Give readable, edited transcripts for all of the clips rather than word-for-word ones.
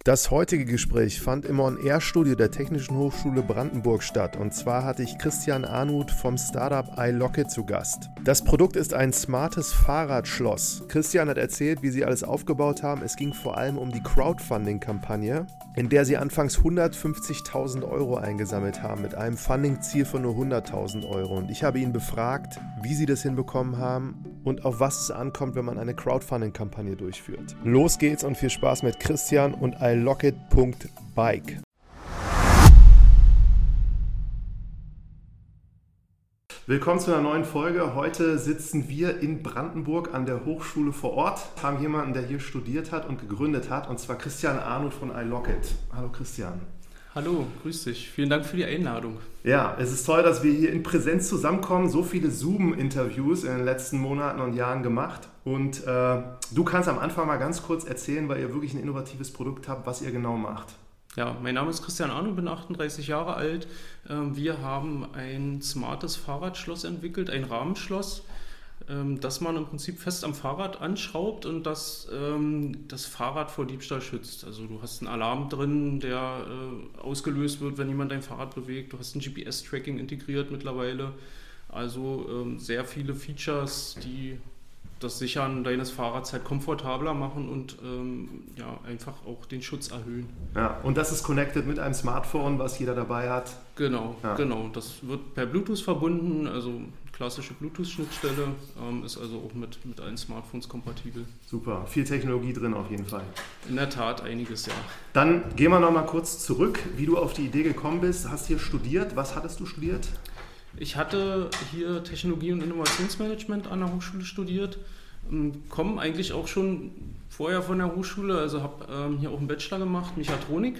Das heutige Gespräch fand im On-Air-Studio der Technischen Hochschule Brandenburg statt. Und zwar hatte ich Christian Arnuth vom Startup iLocket zu Gast. Das Produkt ist ein smartes Fahrradschloss. Christian hat erzählt, wie sie alles aufgebaut haben. Es ging vor allem um die Crowdfunding-Kampagne, in der sie anfangs 150.000 Euro eingesammelt haben, mit einem Funding-Ziel von nur 100.000 Euro. Und ich habe ihn befragt, wie sie das hinbekommen haben und auf was es ankommt, wenn man eine Crowdfunding-Kampagne durchführt. Los geht's und viel Spaß mit Christian und iLocket.bike. Willkommen zu einer neuen Folge. Heute sitzen wir in Brandenburg an der Hochschule vor Ort, haben jemanden, der hier studiert hat und gegründet hat, und zwar Christian Arnuth von iLocket. Hallo Christian. Hallo, grüß dich. Vielen Dank für die Einladung. Ja, es ist toll, dass wir hier in Präsenz zusammenkommen. So viele Zoom-Interviews in den letzten Monaten und Jahren gemacht. Und du kannst am Anfang mal ganz kurz erzählen, weil ihr wirklich ein innovatives Produkt habt, was ihr genau macht. Ja, mein Name ist Christian Arnuth, bin 38 Jahre alt. Wir haben ein smartes Fahrradschloss entwickelt, ein Rahmenschloss, das man im Prinzip fest am Fahrrad anschraubt und das das Fahrrad vor Diebstahl schützt. Also du hast einen Alarm drin, der ausgelöst wird, wenn jemand dein Fahrrad bewegt. Du hast ein GPS-Tracking integriert mittlerweile. Also sehr viele Features, die das Sichern deines Fahrrads halt komfortabler machen und einfach auch den Schutz erhöhen. Ja, und das ist connected mit einem Smartphone, was jeder dabei hat. Genau. Das wird per Bluetooth verbunden, also klassische Bluetooth-Schnittstelle, ist also auch mit allen Smartphones kompatibel. Super, viel Technologie drin auf jeden Fall. In der Tat, einiges, ja. Dann gehen wir nochmal kurz zurück, wie du auf die Idee gekommen bist. Hast hier studiert, was hattest du studiert? Ich hatte hier Technologie- und Innovationsmanagement an der Hochschule studiert, komme eigentlich auch schon vorher von der Hochschule, also habe hier auch einen Bachelor gemacht, Mechatronik,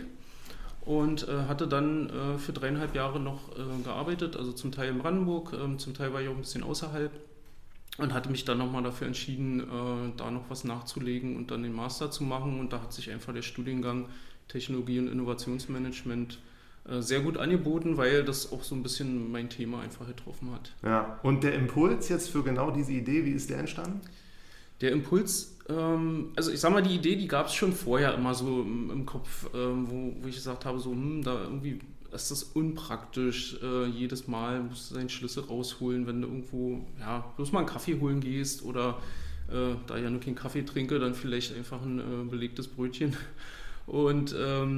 und hatte dann für 3,5 Jahre noch gearbeitet, also zum Teil in Brandenburg, zum Teil war ich auch ein bisschen außerhalb, und hatte mich dann nochmal dafür entschieden, da noch was nachzulegen und dann den Master zu machen, und da hat sich einfach der Studiengang Technologie- und Innovationsmanagement sehr gut angeboten, weil das auch so ein bisschen mein Thema einfach getroffen hat. Ja, und der Impuls jetzt für genau diese Idee, wie ist der entstanden? Der Impuls, also ich sag mal, die Idee, die gab es schon vorher immer so im Kopf, wo ich gesagt habe, so, da irgendwie ist das unpraktisch, jedes Mal musst du deinen Schlüssel rausholen, wenn du irgendwo, bloß mal einen Kaffee holen gehst oder da ich ja nur keinen Kaffee trinke, dann vielleicht einfach ein belegtes Brötchen. Und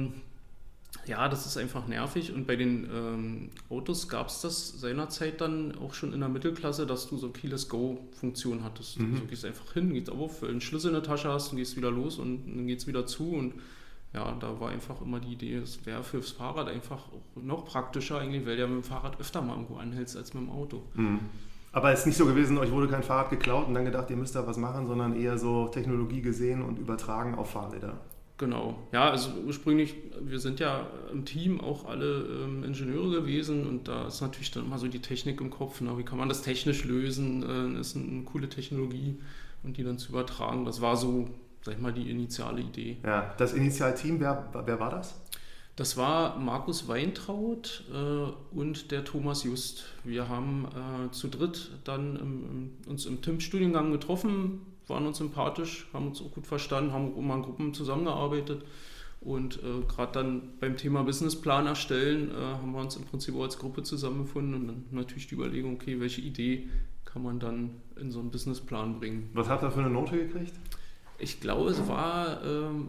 das ist einfach nervig, und bei den Autos gab es das seinerzeit dann auch schon in der Mittelklasse, dass du so Keyless-Go-Funktion hattest. Du gehst einfach hin, gehst auf, einen Schlüssel in der Tasche hast und gehst wieder los und dann geht es wieder zu, und ja, da war einfach immer die Idee, es wäre fürs Fahrrad einfach auch noch praktischer eigentlich, weil du ja mit dem Fahrrad öfter mal irgendwo anhältst als mit dem Auto. Aber es ist nicht so gewesen, euch wurde kein Fahrrad geklaut und dann gedacht, ihr müsst da was machen, sondern eher so Technologie gesehen und übertragen auf Fahrräder. Genau, ja, also ursprünglich, wir sind ja im Team auch alle Ingenieure gewesen, und da ist natürlich dann immer so die Technik im Kopf, wie kann man das technisch lösen, ist eine coole Technologie, und die dann zu übertragen, das war so, sag ich mal, die initiale Idee. Ja, das Initialteam, wer war das? Das war Markus Weintraut und der Thomas Just. Wir haben zu dritt dann uns im TIM-Studiengang getroffen, waren uns sympathisch, haben uns auch gut verstanden, haben auch immer in Gruppen zusammengearbeitet, und gerade dann beim Thema Businessplan erstellen haben wir uns im Prinzip auch als Gruppe zusammengefunden, und dann natürlich die Überlegung, okay, welche Idee kann man dann in so einen Businessplan bringen. Was habt ihr für eine Note gekriegt? Ich glaube, es war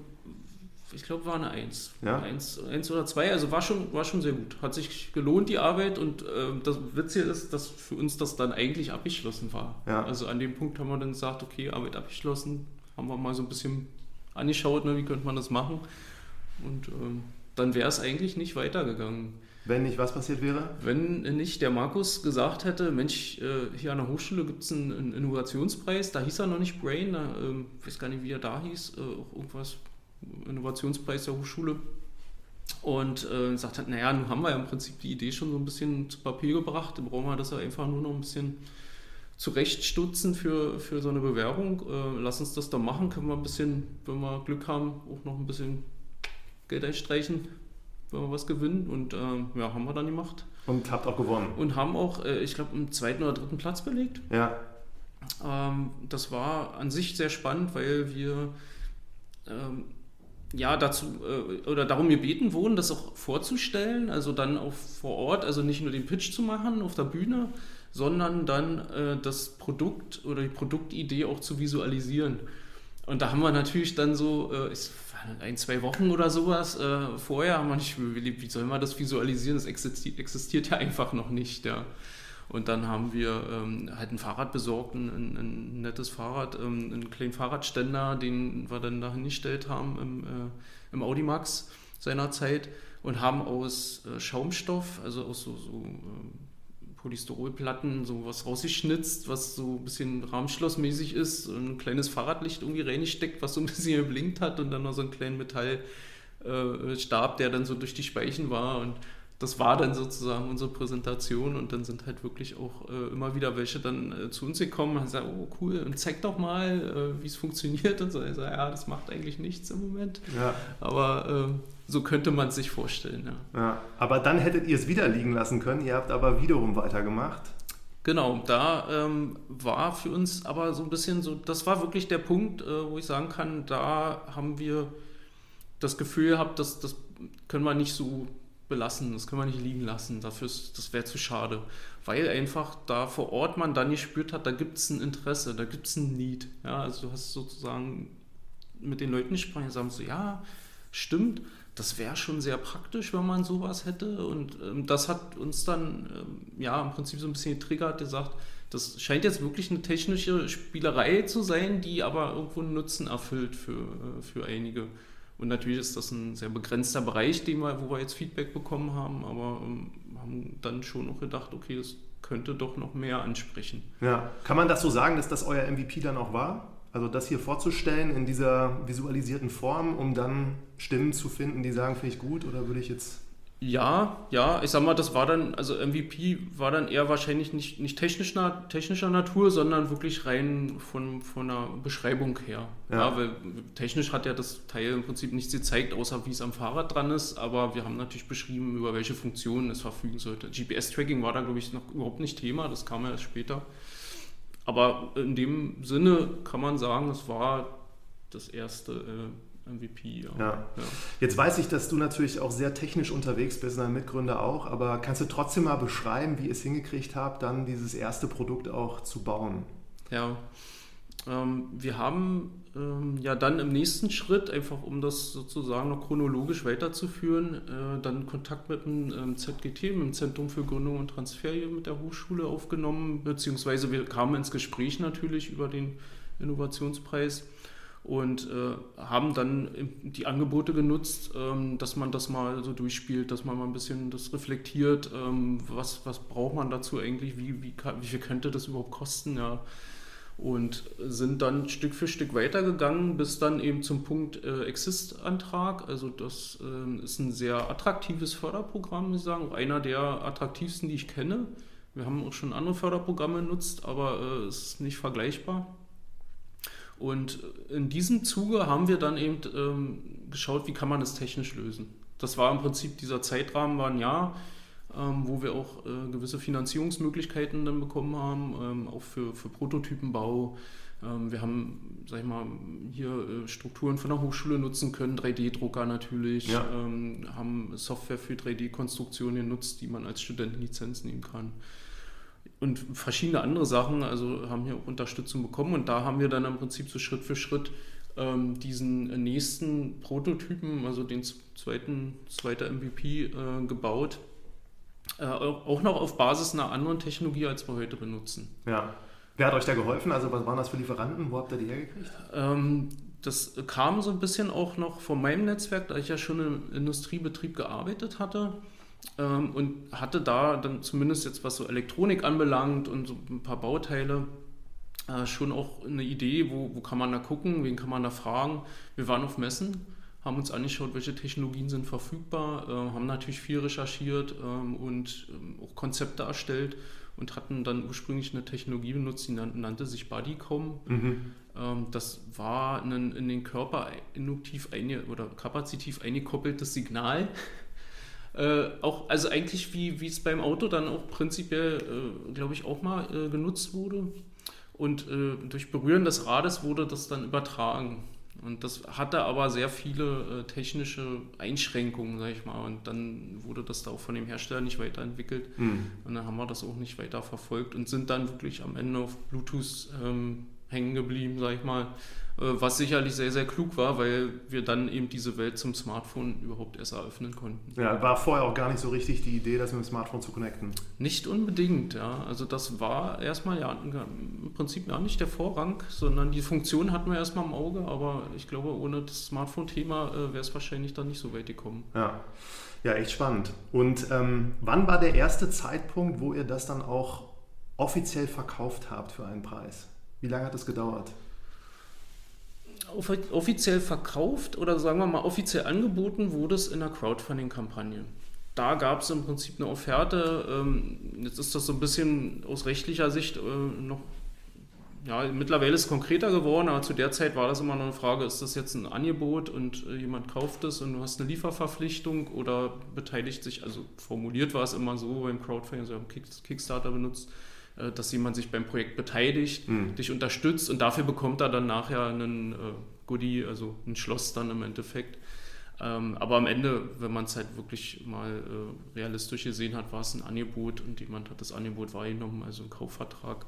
war eine 1. Ja? 1 oder 2, also war schon sehr gut. Hat sich gelohnt, die Arbeit, und das Witzige ist, dass für uns das dann eigentlich abgeschlossen war. Ja. Also an dem Punkt haben wir dann gesagt, okay, Arbeit abgeschlossen, haben wir mal so ein bisschen angeschaut, wie könnte man das machen, und dann wäre es eigentlich nicht weitergegangen. Wenn nicht, was passiert wäre? Wenn nicht der Markus gesagt hätte, Mensch, hier an der Hochschule gibt es einen Innovationspreis, da hieß er noch nicht Brain, ich weiß gar nicht, wie er da hieß, auch irgendwas, Innovationspreis der Hochschule, und sagt hat, nun haben wir ja im Prinzip die Idee schon so ein bisschen zu Papier gebracht, dann brauchen wir das ja einfach nur noch ein bisschen zurechtstutzen für so eine Bewerbung, lass uns das doch machen, können wir ein bisschen, wenn wir Glück haben, auch noch ein bisschen Geld einstreichen, wenn wir was gewinnen, und haben wir dann gemacht. Und habt auch gewonnen. Und haben auch, ich glaube, im 2. oder 3. Platz belegt. Ja. Das war an sich sehr spannend, weil wir ja, dazu oder darum gebeten wurden, das auch vorzustellen, also dann auch vor Ort, also nicht nur den Pitch zu machen auf der Bühne, sondern dann das Produkt oder die Produktidee auch zu visualisieren. Und da haben wir natürlich dann so, 1-2 Wochen oder sowas vorher, haben wir nicht überlegt, wie soll man das visualisieren, das existiert ja einfach noch nicht, ja. Und dann haben wir halt ein Fahrrad besorgt, ein nettes Fahrrad, einen kleinen Fahrradständer, den wir dann da hingestellt haben im Audimax seinerzeit und haben aus Schaumstoff, also aus so Polystyrolplatten, so was rausgeschnitzt, was so ein bisschen rahmenschlossmäßig ist, ein kleines Fahrradlicht irgendwie reingesteckt, was so ein bisschen geblinkt hat und dann noch so einen kleinen Metallstab, der dann so durch die Speichen war und das war dann sozusagen unsere Präsentation und dann sind halt wirklich auch immer wieder welche dann zu uns gekommen und haben gesagt, oh cool, und zeig doch mal, wie es funktioniert und so. Ich sage, ja, das macht eigentlich nichts im Moment, ja. Aber so könnte man es sich vorstellen. Ja. Ja, aber dann hättet ihr es wieder liegen lassen können, ihr habt aber wiederum weitergemacht. Genau, da war für uns aber so ein bisschen so, das war wirklich der Punkt, wo ich sagen kann, da haben wir das Gefühl gehabt, das können wir nicht so belassen, das können wir nicht liegen lassen, das wäre zu schade, weil einfach da vor Ort man dann gespürt hat, da gibt es ein Interesse, da gibt es ein Need. Ja, also du hast sozusagen mit den Leuten gesprochen, die sagen so, ja, stimmt, das wäre schon sehr praktisch, wenn man sowas hätte und das hat uns dann im Prinzip so ein bisschen getriggert, gesagt, das scheint jetzt wirklich eine technische Spielerei zu sein, die aber irgendwo einen Nutzen erfüllt für einige. Und natürlich ist das ein sehr begrenzter Bereich, wo wir jetzt Feedback bekommen haben, aber haben dann schon auch gedacht, okay, das könnte doch noch mehr ansprechen. Ja, kann man das so sagen, dass das euer MVP dann auch war? Also das hier vorzustellen in dieser visualisierten Form, um dann Stimmen zu finden, die sagen, finde ich gut oder würde ich jetzt... Ja, ich sag mal, das war dann, also MVP war dann eher wahrscheinlich nicht technischer Natur, sondern wirklich rein von der Beschreibung her. Ja, weil technisch hat ja das Teil im Prinzip nichts gezeigt, außer wie es am Fahrrad dran ist, aber wir haben natürlich beschrieben, über welche Funktionen es verfügen sollte. GPS-Tracking war da, glaube ich, noch überhaupt nicht Thema, das kam ja erst später. Aber in dem Sinne kann man sagen, das war das erste MVP. Ja. Jetzt weiß ich, dass du natürlich auch sehr technisch unterwegs bist, dein Mitgründer auch, aber kannst du trotzdem mal beschreiben, wie ihr es hingekriegt habt, dann dieses erste Produkt auch zu bauen? Ja, wir haben dann im nächsten Schritt, einfach um das sozusagen noch chronologisch weiterzuführen, dann Kontakt mit dem ZGT, mit dem Zentrum für Gründung und Transfer hier mit der Hochschule aufgenommen, beziehungsweise wir kamen ins Gespräch natürlich über den Innovationspreis und haben dann die Angebote genutzt, dass man das mal so durchspielt, dass man mal ein bisschen das reflektiert, was braucht man dazu eigentlich, wie viel könnte das überhaupt kosten, ja. Und sind dann Stück für Stück weitergegangen, bis dann eben zum Punkt Exist-Antrag. Also das ist ein sehr attraktives Förderprogramm, muss ich sagen, auch einer der attraktivsten, die ich kenne. Wir haben auch schon andere Förderprogramme genutzt, aber es ist nicht vergleichbar. Und in diesem Zuge haben wir dann eben geschaut, wie kann man das technisch lösen. Das war im Prinzip, dieser Zeitrahmen war ein Jahr, wo wir auch gewisse Finanzierungsmöglichkeiten dann bekommen haben, auch für Prototypenbau. Wir haben, sag ich mal, hier Strukturen von der Hochschule nutzen können, 3D-Drucker natürlich, ja. Haben Software für 3D-Konstruktion genutzt, die man als Studentenlizenz nehmen kann. Und verschiedene andere Sachen, also haben hier auch Unterstützung bekommen und da haben wir dann im Prinzip so Schritt für Schritt diesen nächsten Prototypen, also den zweiter MVP gebaut. Auch noch auf Basis einer anderen Technologie, als wir heute benutzen. Ja. Wer hat euch da geholfen? Also was waren das für Lieferanten? Wo habt ihr die hergekriegt? Das kam so ein bisschen auch noch von meinem Netzwerk, da ich ja schon im Industriebetrieb gearbeitet hatte und hatte da dann zumindest jetzt, was so Elektronik anbelangt und so ein paar Bauteile, schon auch eine Idee, wo kann man da gucken, wen kann man da fragen. Wir waren auf Messen, haben uns angeschaut, welche Technologien sind verfügbar, haben natürlich viel recherchiert und auch Konzepte erstellt und hatten dann ursprünglich eine Technologie benutzt, die nannte sich Bodycom. Das war ein in den Körper induktiv oder kapazitiv eingekoppeltes Signal. Also eigentlich wie es beim Auto dann auch prinzipiell, glaube ich, auch mal genutzt wurde. Und durch Berühren des Rades wurde das dann übertragen. Und das hatte aber sehr viele technische Einschränkungen, sag ich mal. Und dann wurde das da auch von dem Hersteller nicht weiterentwickelt. Und dann haben wir das auch nicht weiter verfolgt und sind dann wirklich am Ende auf Bluetooth hängen geblieben, sag ich mal. Was sicherlich sehr, sehr klug war, weil wir dann eben diese Welt zum Smartphone überhaupt erst eröffnen konnten. Ja, war vorher auch gar nicht so richtig die Idee, das mit dem Smartphone zu connecten? Nicht unbedingt, ja. Also das war erstmal ja im Prinzip gar nicht der Vorrang, sondern die Funktion hatten wir erstmal im Auge, aber ich glaube, ohne das Smartphone-Thema wäre es wahrscheinlich dann nicht so weit gekommen. Ja, ja, echt spannend. Und wann war der erste Zeitpunkt, wo ihr das dann auch offiziell verkauft habt für einen Preis? Wie lange hat das gedauert? Offiziell verkauft oder sagen wir mal offiziell angeboten wurde es in einer Crowdfunding-Kampagne. Da gab es im Prinzip eine Offerte. Jetzt ist das so ein bisschen aus rechtlicher Sicht noch, ja, mittlerweile ist es konkreter geworden, aber zu der Zeit war das immer noch eine Frage, ist das jetzt ein Angebot und jemand kauft es und du hast eine Lieferverpflichtung oder beteiligt sich, also formuliert war es immer so beim Crowdfunding, also Kickstarter benutzt, dass jemand sich beim Projekt beteiligt, dich unterstützt und dafür bekommt er dann nachher einen Goodie, also ein Schloss dann im Endeffekt. Aber am Ende, wenn man es halt wirklich mal realistisch gesehen hat, war es ein Angebot und jemand hat das Angebot wahrgenommen, also ein Kaufvertrag.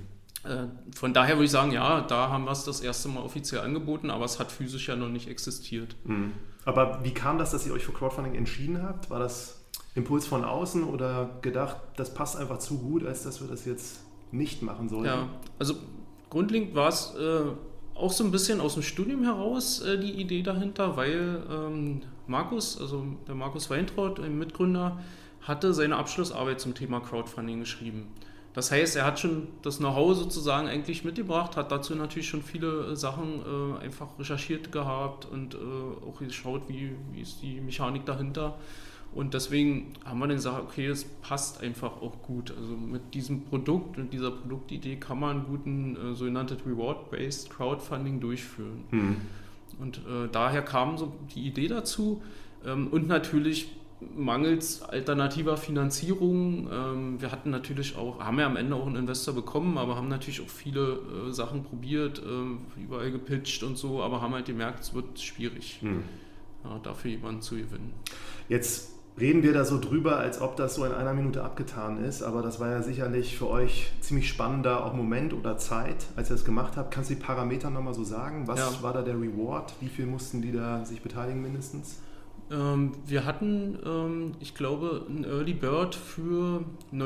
Von daher würde ich sagen, ja, da haben wir es das erste Mal offiziell angeboten, aber es hat physisch ja noch nicht existiert. Aber wie kam das, dass ihr euch für Crowdfunding entschieden habt? War das Impuls von außen oder gedacht, das passt einfach zu gut, als dass wir das jetzt nicht machen sollen? Ja, also grundlegend war es auch so ein bisschen aus dem Studium heraus die Idee dahinter, weil Markus, also der Markus Weintraut, ein Mitgründer, hatte seine Abschlussarbeit zum Thema Crowdfunding geschrieben. Das heißt, er hat schon das Know-how sozusagen eigentlich mitgebracht, hat dazu natürlich schon viele Sachen einfach recherchiert gehabt und auch geschaut, wie ist die Mechanik dahinter. Und deswegen haben wir dann gesagt, okay, es passt einfach auch gut. Also mit diesem Produkt, mit dieser Produktidee kann man einen guten sogenanntes Reward-Based Crowdfunding durchführen. Und daher kam so die Idee dazu und natürlich mangels alternativer Finanzierung. Wir hatten natürlich auch, haben ja am Ende auch einen Investor bekommen, aber haben natürlich auch viele Sachen probiert, überall gepitcht und so, aber haben halt gemerkt, es wird schwierig, dafür jemanden zu gewinnen. Jetzt reden wir da so drüber, als ob das so in einer Minute abgetan ist, aber das war ja sicherlich für euch ziemlich spannender auch Moment oder Zeit, als ihr das gemacht habt. Kannst du die Parameter nochmal so sagen? Was war da der Reward? Wie viel mussten die da sich beteiligen mindestens? Wir hatten, ich glaube, ein Early Bird für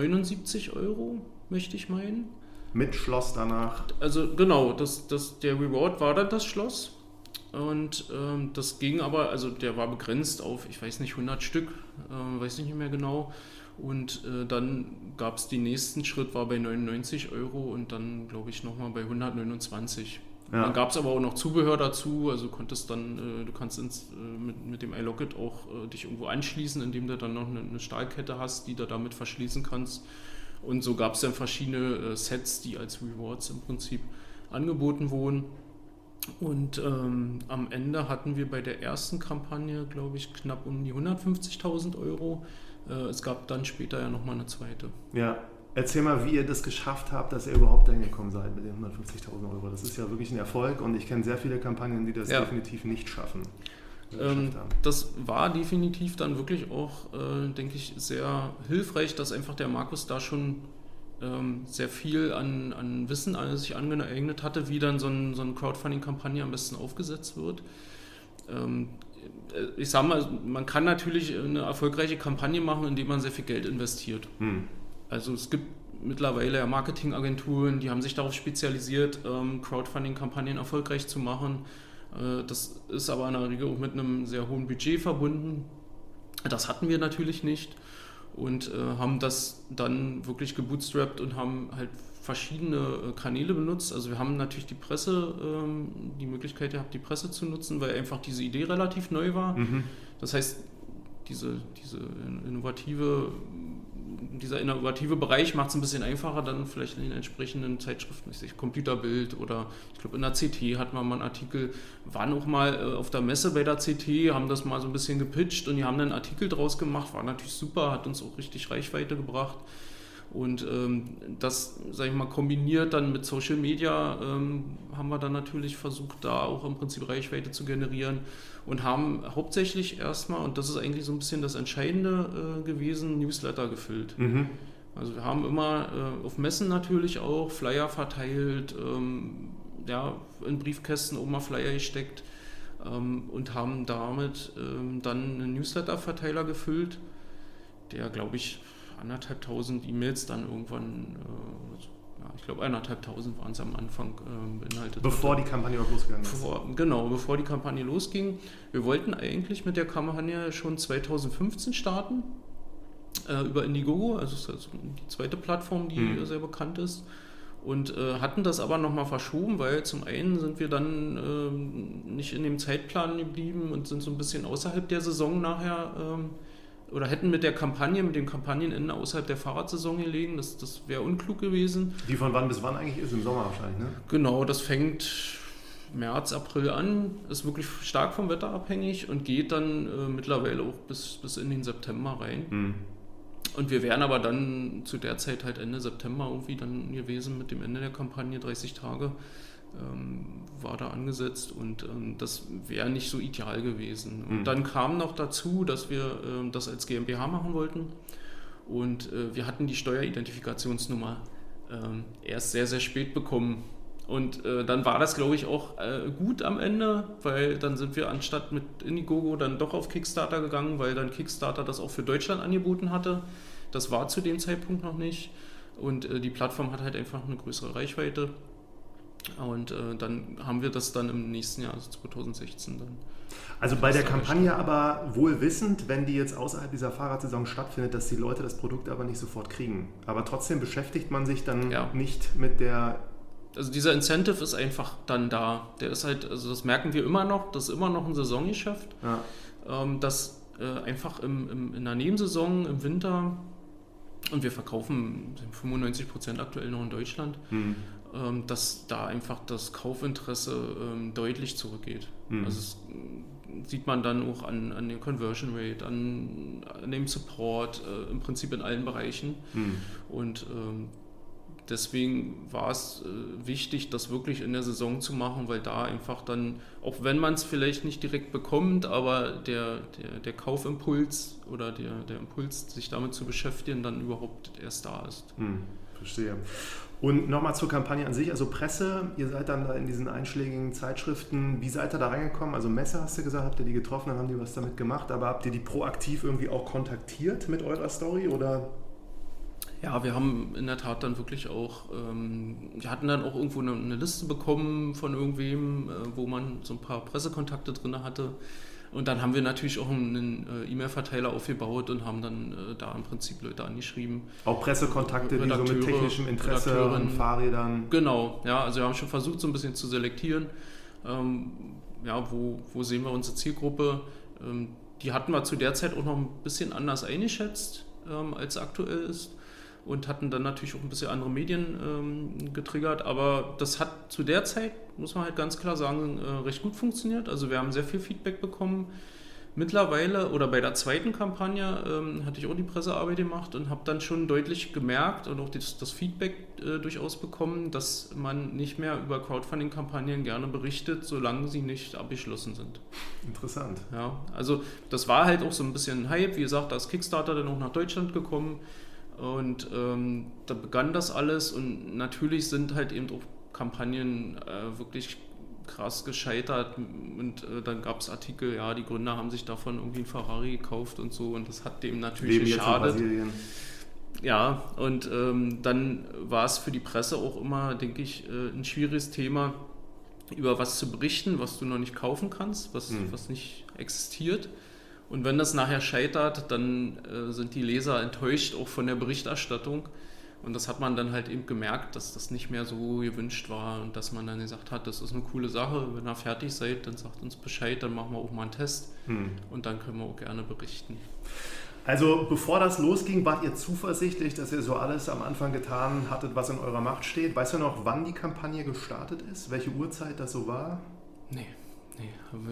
79 €, möchte ich meinen. Mit Schloss danach? Also genau, der Reward war dann das Schloss. Und das ging aber, also der war begrenzt auf, ich weiß nicht, 100 Stück, weiß nicht mehr genau. Und dann gab es den nächsten Schritt, war bei 99 € und dann, glaube ich, nochmal bei 129. Ja. Dann gab es aber auch noch Zubehör dazu, also konntest dann, du kannst mit dem iLocket auch dich irgendwo anschließen, indem du dann noch eine Stahlkette hast, die du damit verschließen kannst. Und so gab es dann verschiedene Sets, die als Rewards im Prinzip angeboten wurden. Und am Ende hatten wir bei der ersten Kampagne, glaube ich, knapp um die 150.000 €. Es gab dann später ja nochmal eine zweite. Ja, erzähl mal, wie ihr das geschafft habt, dass ihr überhaupt dahin gekommen seid mit den 150.000 €. Das ist ja wirklich ein Erfolg und ich kenne sehr viele Kampagnen, die das definitiv nicht schaffen. Das war definitiv dann wirklich auch, denke ich, sehr hilfreich, dass einfach der Markus da schon sehr viel an Wissen sich angeeignet hatte, wie dann so eine Crowdfunding-Kampagne am besten aufgesetzt wird. Ich sage mal, man kann natürlich eine erfolgreiche Kampagne machen, indem man sehr viel Geld investiert. Also es gibt mittlerweile ja Marketingagenturen, die haben sich darauf spezialisiert, Crowdfunding-Kampagnen erfolgreich zu machen. Das ist aber in der Regel auch mit einem sehr hohen Budget verbunden. Das hatten wir natürlich nicht. Und haben das dann wirklich gebootstrapped und haben halt verschiedene Kanäle benutzt. Also wir haben natürlich die Presse, die Möglichkeit gehabt, die Presse zu nutzen, weil einfach diese Idee relativ neu war. Das heißt, dieser innovative Bereich macht es ein bisschen einfacher, dann vielleicht in den entsprechenden Zeitschriften, Computerbild oder ich glaube in der CT hatten wir mal einen Artikel, waren auch mal auf der Messe bei der CT, haben das mal so ein bisschen gepitcht und die haben dann einen Artikel draus gemacht, war natürlich super, hat uns auch richtig Reichweite gebracht Und das, sage ich mal, kombiniert dann mit Social Media haben wir dann natürlich versucht, da auch im Prinzip Reichweite zu generieren und haben hauptsächlich erstmal, und das ist eigentlich so ein bisschen das Entscheidende gewesen, Newsletter gefüllt. Mhm. Also wir haben immer auf Messen natürlich auch Flyer verteilt, in Briefkästen auch mal Flyer gesteckt und haben damit dann einen Newsletter-Verteiler gefüllt, der, glaube ich, 1.500 E-Mails dann irgendwann, ich glaube 1.500 waren es am Anfang beinhaltet. Bevor die Kampagne auch losgegangen ist. Bevor die Kampagne losging. Wir wollten eigentlich mit der Kampagne schon 2015 starten, über Indiegogo, also das ist also die zweite Plattform, die sehr bekannt ist. Und hatten das aber nochmal verschoben, weil zum einen sind wir dann nicht in dem Zeitplan geblieben und sind so ein bisschen außerhalb der Saison nachher oder hätten mit dem Kampagnenende außerhalb der Fahrradsaison gelegen. Das wäre unklug gewesen. Die von wann bis wann eigentlich ist? Im Sommer wahrscheinlich, ne? Genau, das fängt März, April an, ist wirklich stark vom Wetter abhängig und geht dann mittlerweile auch bis in den September rein. Mhm. Und wir wären aber dann zu der Zeit halt Ende September irgendwie dann gewesen mit dem Ende der Kampagne, 30 Tage war da angesetzt und das wäre nicht so ideal gewesen. Und dann kam noch dazu, dass wir das als GmbH machen wollten und wir hatten die Steueridentifikationsnummer erst sehr, sehr spät bekommen. Und dann war das, glaube ich, auch gut am Ende, weil dann sind wir anstatt mit Indiegogo dann doch auf Kickstarter gegangen, weil dann Kickstarter das auch für Deutschland angeboten hatte. Das war zu dem Zeitpunkt noch nicht und die Plattform hat halt einfach eine größere Reichweite. Und dann haben wir das dann im nächsten Jahr, also 2016 dann. Also bei der Kampagne aber wohl wissend, wenn die jetzt außerhalb dieser Fahrradsaison stattfindet, dass die Leute das Produkt aber nicht sofort kriegen. Aber trotzdem beschäftigt man sich dann nicht mit der... Also dieser Incentive ist einfach dann da. Der ist halt, also das merken wir immer noch, das ist immer noch ein Saisongeschäft. Ja. Das einfach in der Nebensaison, im Winter, und wir verkaufen 95% aktuell noch in Deutschland, dass da einfach das Kaufinteresse deutlich zurückgeht. Also das sieht man dann auch an der Conversion Rate, an dem Support, im Prinzip in allen Bereichen. Und deswegen war es wichtig, das wirklich in der Saison zu machen, weil da einfach dann, auch wenn man es vielleicht nicht direkt bekommt, aber der Kaufimpuls oder der Impuls, sich damit zu beschäftigen, dann überhaupt erst da ist. Verstehe. Und nochmal zur Kampagne an sich, also Presse, ihr seid dann da in diesen einschlägigen Zeitschriften, wie seid ihr da reingekommen? Also Messe hast du gesagt, habt ihr die getroffen, dann haben die was damit gemacht, aber habt ihr die proaktiv irgendwie auch kontaktiert mit eurer Story oder... Ja, wir haben in der Tat dann wirklich auch, wir hatten dann auch irgendwo eine Liste bekommen von irgendwem, wo man so ein paar Pressekontakte drin hatte. Und dann haben wir natürlich auch einen E-Mail-Verteiler aufgebaut und haben dann da im Prinzip Leute angeschrieben. Auch Pressekontakte, die so mit technischem Interesse an Fahrrädern... Genau, ja, also wir haben schon versucht, so ein bisschen zu selektieren. Wo sehen wir unsere Zielgruppe? Die hatten wir zu der Zeit auch noch ein bisschen anders eingeschätzt, als aktuell ist. Und hatten dann natürlich auch ein bisschen andere Medien getriggert, aber das hat zu der Zeit, muss man halt ganz klar sagen, recht gut funktioniert. Also wir haben sehr viel Feedback bekommen. Mittlerweile oder bei der zweiten Kampagne hatte ich auch die Pressearbeit gemacht und habe dann schon deutlich gemerkt und auch das Feedback durchaus bekommen, dass man nicht mehr über Crowdfunding-Kampagnen gerne berichtet, solange sie nicht abgeschlossen sind. Interessant. Ja, also das war halt auch so ein bisschen Hype. Wie gesagt, da ist Kickstarter dann auch nach Deutschland gekommen. Und da begann das alles und natürlich sind halt eben auch Kampagnen wirklich krass gescheitert und dann gab es Artikel, ja, die Gründer haben sich davon irgendwie ein Ferrari gekauft und so und das hat dem natürlich geschadet. Ja, und dann war es für die Presse auch immer, denke ich, ein schwieriges Thema, über was zu berichten, was du noch nicht kaufen kannst, was nicht existiert. Und wenn das nachher scheitert, dann sind die Leser enttäuscht auch von der Berichterstattung. Und das hat man dann halt eben gemerkt, dass das nicht mehr so gewünscht war und dass man dann gesagt hat, das ist eine coole Sache, wenn ihr fertig seid, dann sagt uns Bescheid, dann machen wir auch mal einen Test und dann können wir auch gerne berichten. Also bevor das losging, wart ihr zuversichtlich, dass ihr so alles am Anfang getan hattet, was in eurer Macht steht? Weißt du noch, wann die Kampagne gestartet ist? Welche Uhrzeit das so war? Nee.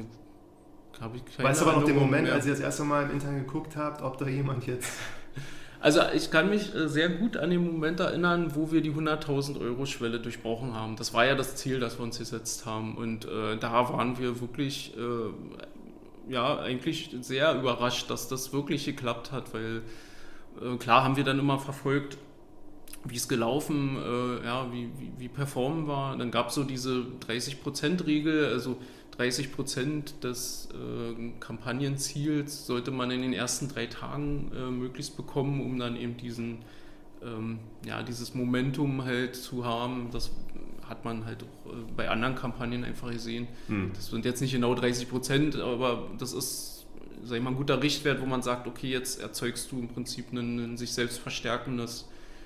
Weißt du aber noch den Moment, als ihr das erste Mal im Internet geguckt habt, ob da jemand jetzt... Also ich kann mich sehr gut an den Moment erinnern, wo wir die 100.000 Euro Schwelle durchbrochen haben. Das war ja das Ziel, das wir uns gesetzt haben. Und da waren wir wirklich eigentlich sehr überrascht, dass das wirklich geklappt hat, weil klar haben wir dann immer verfolgt, wie es gelaufen, wie performen war. Dann gab es so diese 30%-Regel, also 30% des Kampagnenziels sollte man in den ersten 3 Tagen möglichst bekommen, um dann eben dieses Momentum halt zu haben. Das hat man halt auch bei anderen Kampagnen einfach gesehen. Das sind jetzt nicht genau 30%, aber das ist, sag ich mal, ein guter Richtwert, wo man sagt, okay, jetzt erzeugst du im Prinzip ein sich selbst verstärkendes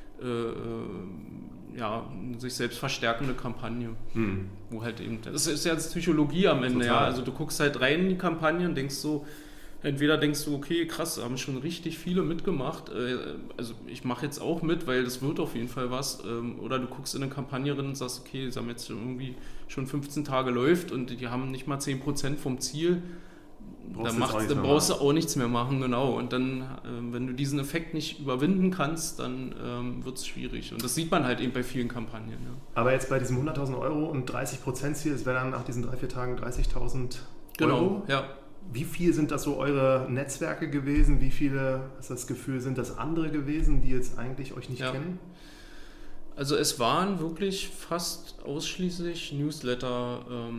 sich selbst verstärkende Kampagne, wo halt eben, das ist ja Psychologie am Ende, ja, also du guckst halt rein in die Kampagne und denkst so, entweder denkst du, okay, krass, haben schon richtig viele mitgemacht, also ich mache jetzt auch mit, weil das wird auf jeden Fall was, oder du guckst in eine Kampagne rein und sagst, okay, sie haben jetzt irgendwie schon 15 Tage läuft und die haben nicht mal 10% vom Ziel, dann brauchst du auch nichts mehr machen, genau. Und dann, wenn du diesen Effekt nicht überwinden kannst, dann wird es schwierig. Und das sieht man halt eben bei vielen Kampagnen. Ja. Aber jetzt bei diesem 100.000 Euro und 30% Ziel, es wäre dann nach diesen 3-4 Tagen 30.000 Euro. Genau, ja. Wie viel sind das so eure Netzwerke gewesen? Wie viele, hast du das Gefühl, sind das andere gewesen, die jetzt eigentlich euch nicht kennen? Also es waren wirklich fast ausschließlich Newsletter,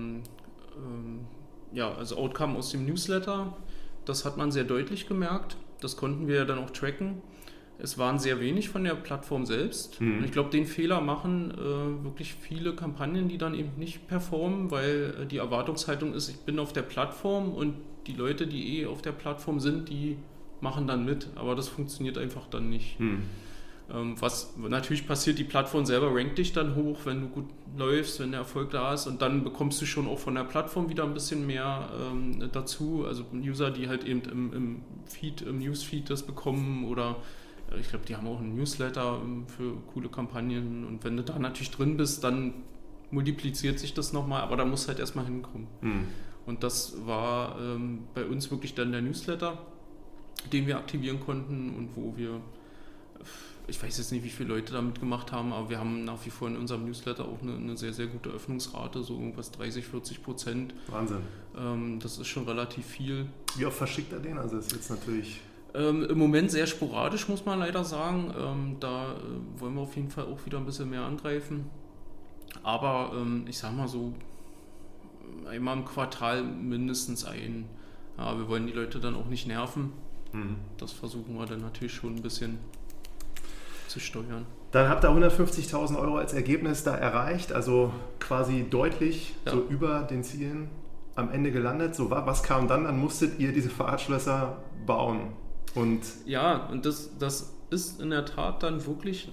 also Outcome aus dem Newsletter, das hat man sehr deutlich gemerkt, das konnten wir dann auch tracken. Es waren sehr wenig von der Plattform selbst. Und ich glaube, den Fehler machen wirklich viele Kampagnen, die dann eben nicht performen, weil die Erwartungshaltung ist, ich bin auf der Plattform und die Leute, die auf der Plattform sind, die machen dann mit, aber das funktioniert einfach dann nicht. Was natürlich passiert, die Plattform selber rankt dich dann hoch, wenn du gut läufst, wenn der Erfolg da ist und dann bekommst du schon auch von der Plattform wieder ein bisschen mehr dazu, also User, die halt eben im Newsfeed das bekommen oder ich glaube, die haben auch einen Newsletter für coole Kampagnen und wenn du da natürlich drin bist, dann multipliziert sich das nochmal, aber da musst du halt erstmal hinkommen. Und das war bei uns wirklich dann der Newsletter, den wir aktivieren konnten und wo wir, ich weiß jetzt nicht, wie viele Leute da mitgemacht haben, aber wir haben nach wie vor in unserem Newsletter auch eine sehr, sehr gute Öffnungsrate, so irgendwas 30-40%. Wahnsinn. Das ist schon relativ viel. Wie oft verschickt er den? Also das ist jetzt natürlich... Im Moment sehr sporadisch, muss man leider sagen. Da wollen wir auf jeden Fall auch wieder ein bisschen mehr angreifen. Aber ich sag mal so, einmal im Quartal mindestens ein. Ja, wir wollen die Leute dann auch nicht nerven. Das versuchen wir dann natürlich schon ein bisschen zu steuern. Dann habt ihr 150.000 Euro als Ergebnis da erreicht, also quasi deutlich so über den Zielen am Ende gelandet. So, was kam dann? Dann musstet ihr diese Fahrradschlösser bauen. Und das ist in der Tat dann wirklich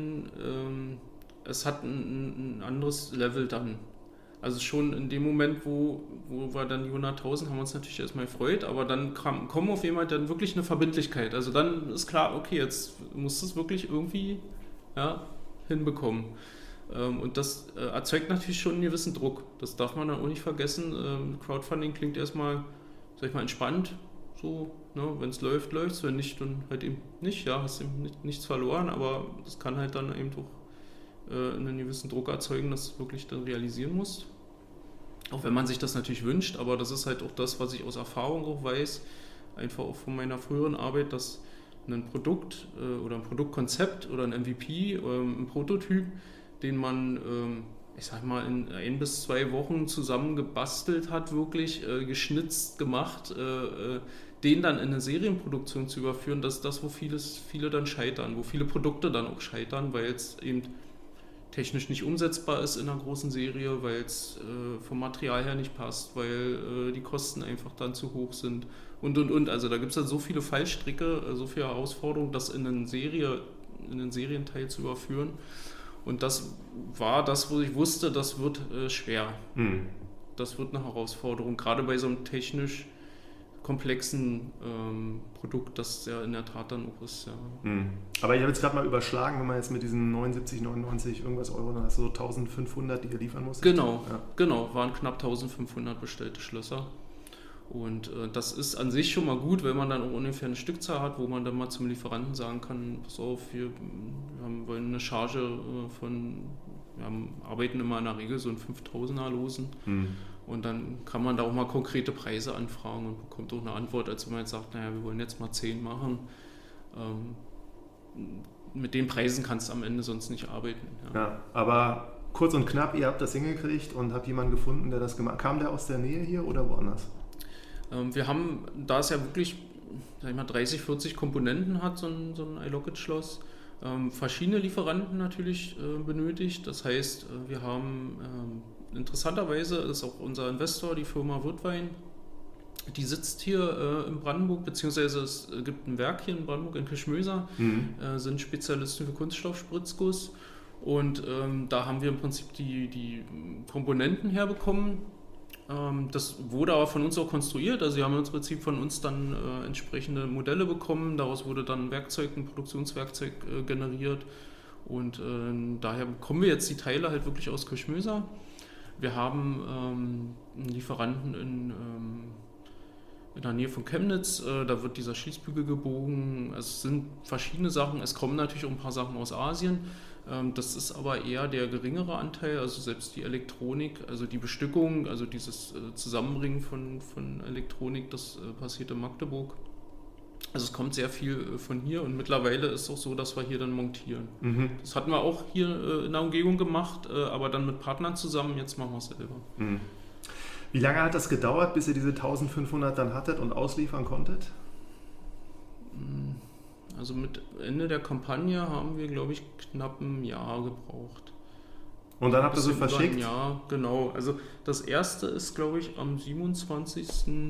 es hat ein anderes Level dann. Also schon in dem Moment, wo wir dann die 100.000 haben wir uns natürlich erstmal gefreut, aber dann kommen auf jemand dann wirklich eine Verbindlichkeit. Also dann ist klar, okay, jetzt musst du es wirklich irgendwie hinbekommen. Und das erzeugt natürlich schon einen gewissen Druck. Das darf man dann auch nicht vergessen. Crowdfunding klingt erstmal, sag ich mal, entspannt. So, ne? Wenn es läuft, läuft es. Wenn nicht, dann halt eben nicht. Ja, hast eben nichts verloren, aber das kann halt dann eben auch einen gewissen Druck erzeugen, dass du wirklich dann realisieren musst. Auch wenn man sich das natürlich wünscht, aber das ist halt auch das, was ich aus Erfahrung auch weiß, einfach auch von meiner früheren Arbeit, dass ein Produkt oder ein Produktkonzept oder ein MVP, ein Prototyp, den man, ich sag mal, in 1 bis 2 Wochen zusammen gebastelt hat, wirklich geschnitzt, gemacht, den dann in eine Serienproduktion zu überführen, das ist das, wo viele dann scheitern, wo viele Produkte dann auch scheitern, weil es eben technisch nicht umsetzbar ist in einer großen Serie, weil es vom Material her nicht passt, weil die Kosten einfach dann zu hoch sind und. Also da gibt es dann so viele Fallstricke, so viele Herausforderungen, das in einen Serienteil zu überführen. Und das war das, wo ich wusste, das wird schwer. Das wird eine Herausforderung, gerade bei so einem technisch komplexen Produkt, das ja in der Tat dann auch ist. Ja. Aber ich habe jetzt gerade mal überschlagen, wenn man jetzt mit diesen 79, 99 irgendwas Euro, dann hast du so 1500, die ihr liefern musstet. Genau, waren knapp 1500 bestellte Schlösser. Und das ist an sich schon mal gut, wenn man dann auch ungefähr eine Stückzahl hat, wo man dann mal zum Lieferanten sagen kann, pass auf, wollen eine Charge wir arbeiten immer in der Regel so in 5.000er Losen. Und dann kann man da auch mal konkrete Preise anfragen und bekommt auch eine Antwort, als wenn man jetzt sagt, naja, wir wollen jetzt mal 10 machen. Mit den Preisen kannst du am Ende sonst nicht arbeiten. Ja, aber kurz und knapp, ihr habt das hingekriegt und habt jemanden gefunden, der das gemacht hat. Kam der aus der Nähe hier oder woanders? Wir haben, da es ja wirklich, sag ich mal, 30, 40 Komponenten hat, so ein iLocket-Schloss, verschiedene Lieferanten natürlich benötigt. Das heißt, wir haben interessanterweise ist auch unser Investor, die Firma Wirtwein, die sitzt hier in Brandenburg, beziehungsweise es gibt ein Werk hier in Brandenburg in Kirchmöser, sind Spezialisten für Kunststoffspritzguss. Und da haben wir im Prinzip die Komponenten herbekommen. Das wurde aber von uns auch konstruiert, also sie haben im Prinzip von uns dann entsprechende Modelle bekommen, daraus wurde dann ein Produktionswerkzeug generiert und daher bekommen wir jetzt die Teile halt wirklich aus Kirchmöser. Wir haben einen Lieferanten in der Nähe von Chemnitz, da wird dieser Schließbügel gebogen, es sind verschiedene Sachen, es kommen natürlich auch ein paar Sachen aus Asien. Das ist aber eher der geringere Anteil, also selbst die Elektronik, also die Bestückung, also dieses Zusammenbringen von Elektronik, das passiert in Magdeburg. Also es kommt sehr viel von hier und mittlerweile ist es auch so, dass wir hier dann montieren. Das hatten wir auch hier in der Umgebung gemacht, aber dann mit Partnern zusammen, jetzt machen wir es selber. Wie lange hat das gedauert, bis ihr diese 1500 dann hattet und ausliefern konntet? Also mit Ende der Kampagne haben wir, glaube ich, knapp ein Jahr gebraucht. Und dann habt ihr sie verschickt? Ja, genau. Also das erste ist, glaube ich, am 27.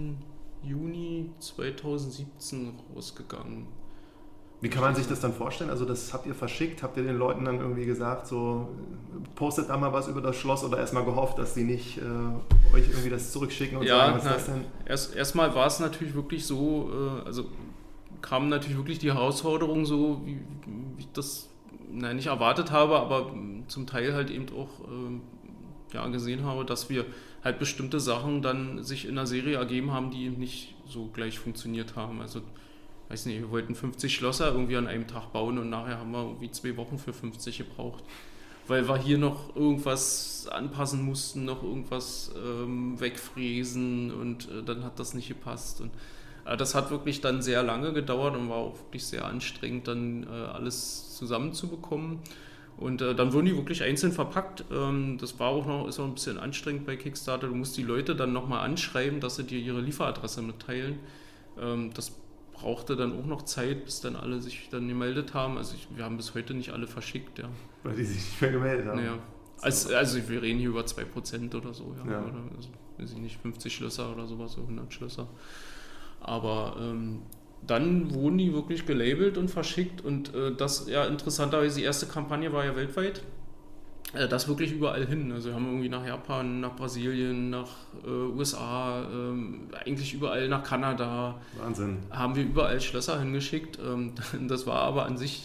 Juni 2017 rausgegangen. Wie kann man sich das dann vorstellen? Also das habt ihr verschickt? Habt ihr den Leuten dann irgendwie gesagt, so postet da mal was über das Schloss oder erstmal gehofft, dass die nicht euch irgendwie das zurückschicken und sagen, was ist das denn? Erstmal war es natürlich wirklich so, also kam natürlich wirklich die Herausforderung so, wie ich das nicht erwartet habe, aber zum Teil halt eben auch gesehen habe, dass wir halt bestimmte Sachen dann sich in der Serie ergeben haben, die eben nicht so gleich funktioniert haben. Also weiß nicht, wir wollten 50 Schlosser irgendwie an einem Tag bauen und nachher haben wir irgendwie 2 Wochen für 50 gebraucht, weil wir hier noch irgendwas anpassen mussten, noch irgendwas wegfräsen und dann hat das nicht gepasst. Und das hat wirklich dann sehr lange gedauert und war auch wirklich sehr anstrengend, dann alles zusammenzubekommen. Und dann wurden die wirklich einzeln verpackt. Das war ist auch ein bisschen anstrengend bei Kickstarter. Du musst die Leute dann nochmal anschreiben, dass sie dir ihre Lieferadresse mitteilen. Das brauchte dann auch noch Zeit, bis dann alle sich dann gemeldet haben. Also wir haben bis heute nicht alle verschickt. Ja. Weil die sich nicht mehr gemeldet haben? Ja. Also wir reden hier über 2% oder so. Ja. Oder, also, weiß ich nicht, 50 Schlösser oder sowas, so 100 Schlösser. Aber dann wurden die wirklich gelabelt und verschickt und das ja interessanterweise, die erste Kampagne war ja weltweit, das wirklich überall hin. Also wir haben irgendwie nach Japan, nach Brasilien, nach USA, eigentlich überall nach Kanada. Wahnsinn. Haben wir überall Schlösser hingeschickt. Das war aber an sich,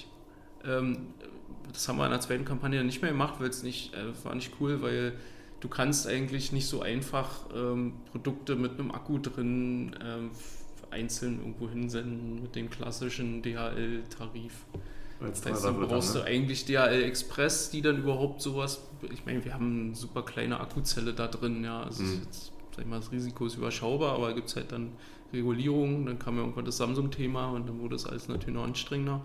das haben wir in der zweiten Kampagne nicht mehr gemacht, weil es war nicht cool, weil du kannst eigentlich nicht so einfach Produkte mit einem Akku drin einzeln irgendwo hinsenden mit dem klassischen DHL-Tarif. Das heißt, dann brauchst du eigentlich DHL Express, die dann überhaupt sowas, ich meine, wir haben eine super kleine Akkuzelle da drin, ja, also jetzt, sag ich mal, das Risiko ist überschaubar, aber gibt es halt dann Regulierungen, dann kam ja irgendwann das Samsung-Thema und dann wurde das alles natürlich noch anstrengender,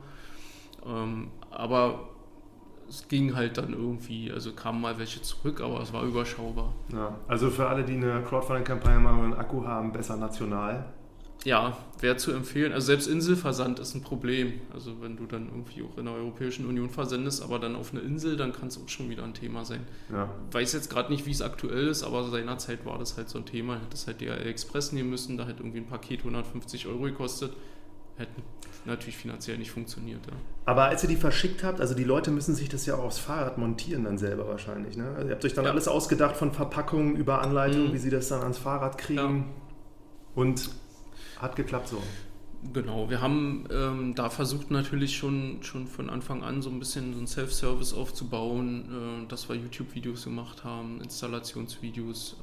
aber es ging halt dann irgendwie, also kamen mal welche zurück, aber es war überschaubar. Ja, also für alle, die eine Crowdfunding-Kampagne machen und einen Akku haben, besser national. Ja, wäre zu empfehlen. Also selbst Inselversand ist ein Problem. Also wenn du dann irgendwie auch in der Europäischen Union versendest, aber dann auf eine Insel, dann kann es auch schon wieder ein Thema sein. Ja. Weiß jetzt gerade nicht, wie es aktuell ist, aber seinerzeit war das halt so ein Thema. Hätte das halt DHL Express nehmen müssen, da hätte irgendwie ein Paket 150 € gekostet. Hätte natürlich finanziell nicht funktioniert. Ja. Aber als ihr die verschickt habt, also die Leute müssen sich das ja auch aufs Fahrrad montieren dann selber wahrscheinlich, ne? Also ihr habt euch dann alles ausgedacht von Verpackungen über Anleitungen, wie sie das dann ans Fahrrad kriegen und hat geklappt so. Genau, wir haben da versucht natürlich schon von Anfang an so ein bisschen so ein Self-Service aufzubauen, dass wir YouTube-Videos gemacht haben, Installationsvideos.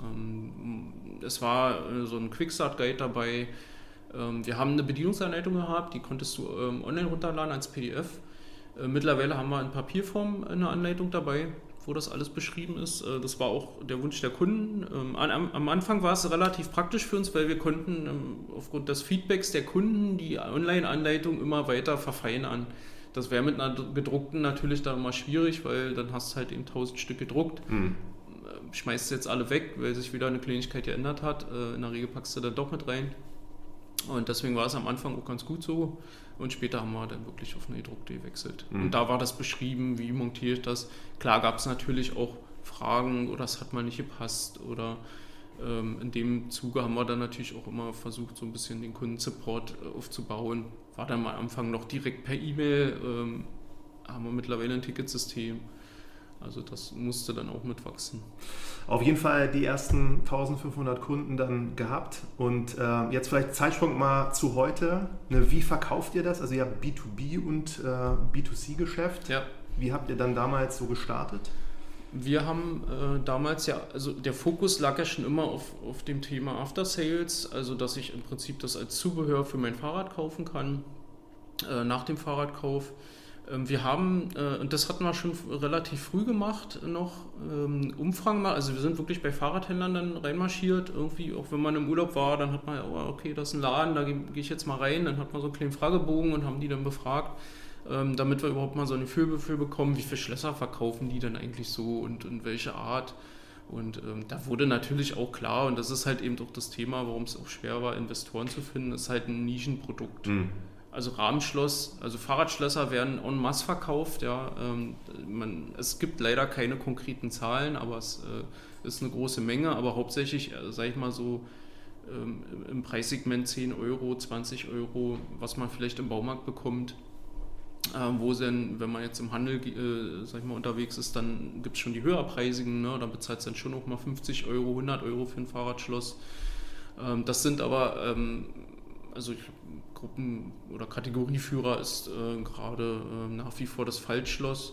Es war so ein Quickstart-Guide dabei. Wir haben eine Bedienungsanleitung gehabt, die konntest du online runterladen als PDF. Mittlerweile haben wir in Papierform eine Anleitung dabei, wo das alles beschrieben ist. Das war auch der Wunsch der Kunden. Am Anfang war es relativ praktisch für uns, weil wir konnten aufgrund des Feedbacks der Kunden die Online-Anleitung immer weiter verfeinern. Das wäre mit einer gedruckten natürlich dann immer schwierig, weil dann hast du halt eben 1000 Stück gedruckt. Schmeißt jetzt alle weg, weil sich wieder eine Kleinigkeit geändert hat. In der Regel packst du dann doch mit rein. Und deswegen war es am Anfang auch ganz gut so. Und später haben wir dann wirklich auf eine gedruckte gewechselt. Und da war das beschrieben, wie montiere ich das. Klar gab es natürlich auch Fragen oder es hat mal nicht gepasst. Oder in dem Zuge haben wir dann natürlich auch immer versucht, so ein bisschen den Kundensupport aufzubauen. War dann mal am Anfang noch direkt per E-Mail. Haben wir mittlerweile ein Ticketsystem. Also das musste dann auch mitwachsen. Auf jeden Fall die ersten 1500 Kunden dann gehabt und jetzt vielleicht Zeitsprung mal zu heute. Wie verkauft ihr das? Also ihr habt B2B und B2C-Geschäft. Ja. Wie habt ihr dann damals so gestartet? Wir haben damals ja, also der Fokus lag ja schon immer auf dem Thema After Sales, also dass ich im Prinzip das als Zubehör für mein Fahrrad kaufen kann, nach dem Fahrradkauf. Wir haben, und das hatten wir schon relativ früh gemacht, noch Umfragen gemacht. Also wir sind wirklich bei Fahrradhändlern dann reinmarschiert. Irgendwie, auch wenn man im Urlaub war, dann hat man ja, oh, okay, das ist ein Laden, da gehe ich jetzt mal rein. Dann hat man so einen kleinen Fragebogen und haben die dann befragt, damit wir überhaupt mal so ein Gefühl dafür bekommen, wie viele Schlösser verkaufen die denn eigentlich so und welche Art. Und da wurde natürlich auch klar, und das ist halt eben auch das Thema, warum es auch schwer war, Investoren zu finden, ist halt ein Nischenprodukt. Also Rahmenschloss, also Fahrradschlösser werden en masse verkauft. Ja. Es gibt leider keine konkreten Zahlen, aber es ist eine große Menge. Aber hauptsächlich, sage ich mal so, im Preissegment 10 Euro, 20 Euro, was man vielleicht im Baumarkt bekommt. Wo denn, wenn man jetzt im Handel sag ich mal, unterwegs ist, dann gibt es schon die höherpreisigen. Ne? Da bezahlt es dann schon auch mal 50 Euro, 100 Euro für ein Fahrradschloss. Das sind aber... Also Gruppen- oder Kategorieführer ist gerade nach wie vor das Faltschloss.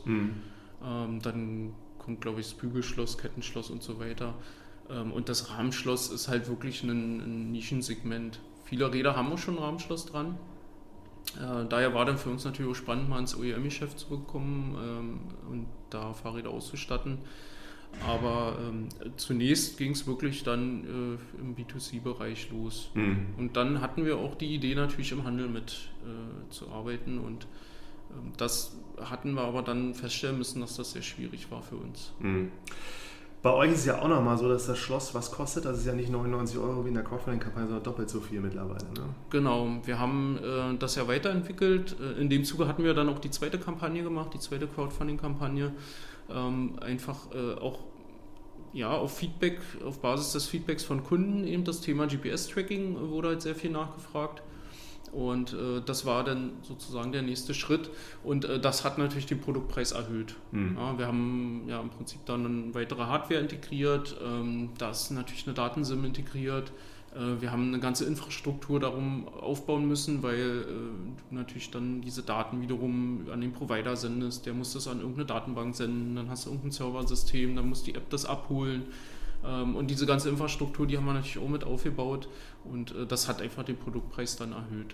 Dann kommt, glaube ich, das Bügelschloss, Kettenschloss und so weiter. Und das Rahmenschloss ist halt wirklich ein Nischensegment. Viele Räder haben auch schon ein Rahmenschloss dran. Daher war dann für uns natürlich auch spannend, mal ins OEM-Geschäft zu bekommen und da Fahrräder auszustatten. Aber zunächst ging es wirklich dann im B2C-Bereich los. Und dann hatten wir auch die Idee, natürlich im Handel mit zu arbeiten. Und das hatten wir aber dann feststellen müssen, dass das sehr schwierig war für uns. Bei euch ist es ja auch nochmal so, dass das Schloss was kostet. Das ist ja nicht 99 Euro wie in der Crowdfunding-Kampagne, sondern doppelt so viel mittlerweile. Ne? Genau, wir haben das ja weiterentwickelt. In dem Zuge hatten wir dann auch die zweite Kampagne gemacht, die zweite Crowdfunding-Kampagne. Einfach auch ja, auf Basis des Feedbacks von Kunden, eben das Thema GPS-Tracking wurde halt sehr viel nachgefragt. Und das war dann sozusagen der nächste Schritt und das hat natürlich den Produktpreis erhöht. Ja, wir haben ja im Prinzip dann eine weitere Hardware integriert, da ist natürlich eine Datensim integriert. Wir haben eine ganze Infrastruktur darum aufbauen müssen, weil du natürlich dann diese Daten wiederum an den Provider sendest. Der muss das an irgendeine Datenbank senden, dann hast du irgendein Serversystem, dann muss die App das abholen. Und diese ganze Infrastruktur, die haben wir natürlich auch mit aufgebaut und das hat einfach den Produktpreis dann erhöht.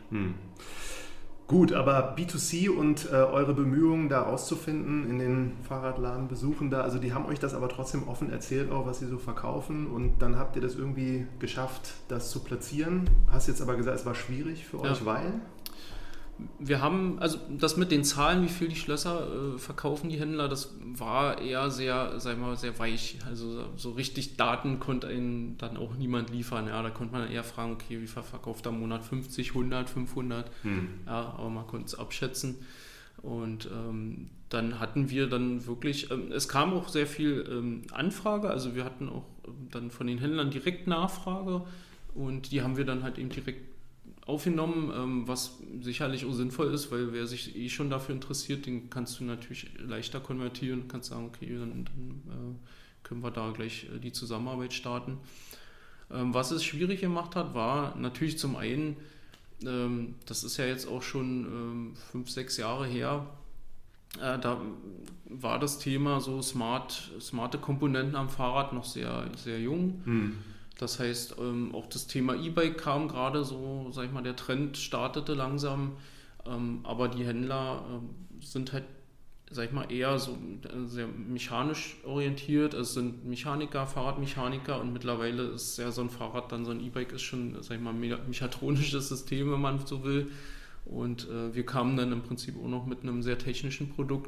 Gut, aber B2C und eure Bemühungen da rauszufinden in den Fahrradladenbesuchen da, also die haben euch das aber trotzdem offen erzählt, auch was sie so verkaufen und dann habt ihr das irgendwie geschafft, das zu platzieren. Hast jetzt aber gesagt, es war schwierig für euch, weil? Wir haben, also das mit den Zahlen, wie viel die Schlösser verkaufen die Händler, das war eher sehr, sagen wir mal, sehr weich. Also so richtig Daten konnte einen dann auch niemand liefern. Ja, da konnte man eher fragen, okay, wie viel verkauft am Monat? 50, 100, 500? Ja, aber man konnte es abschätzen. Und dann hatten wir dann wirklich, es kam auch sehr viel Anfrage, also wir hatten auch dann von den Händlern direkt Nachfrage und die haben wir dann halt eben direkt aufgenommen, was sicherlich auch sinnvoll ist, weil wer sich schon dafür interessiert, den kannst du natürlich leichter konvertieren und kannst sagen, okay, dann können wir da gleich die Zusammenarbeit starten. Was es schwierig gemacht hat, war natürlich zum einen das ist ja jetzt auch schon 5-6 Jahre her. Da war das Thema so smarte Komponenten am Fahrrad noch sehr, sehr jung. Das heißt, auch das Thema E-Bike kam gerade so, sag ich mal, der Trend startete langsam, aber die Händler sind halt, sag ich mal, eher so sehr mechanisch orientiert. Es sind Mechaniker, Fahrradmechaniker und mittlerweile ist ja so ein Fahrrad, dann so ein E-Bike ist schon, sag ich mal, ein mechatronisches System, wenn man so will. Und wir kamen dann im Prinzip auch noch mit einem sehr technischen Produkt,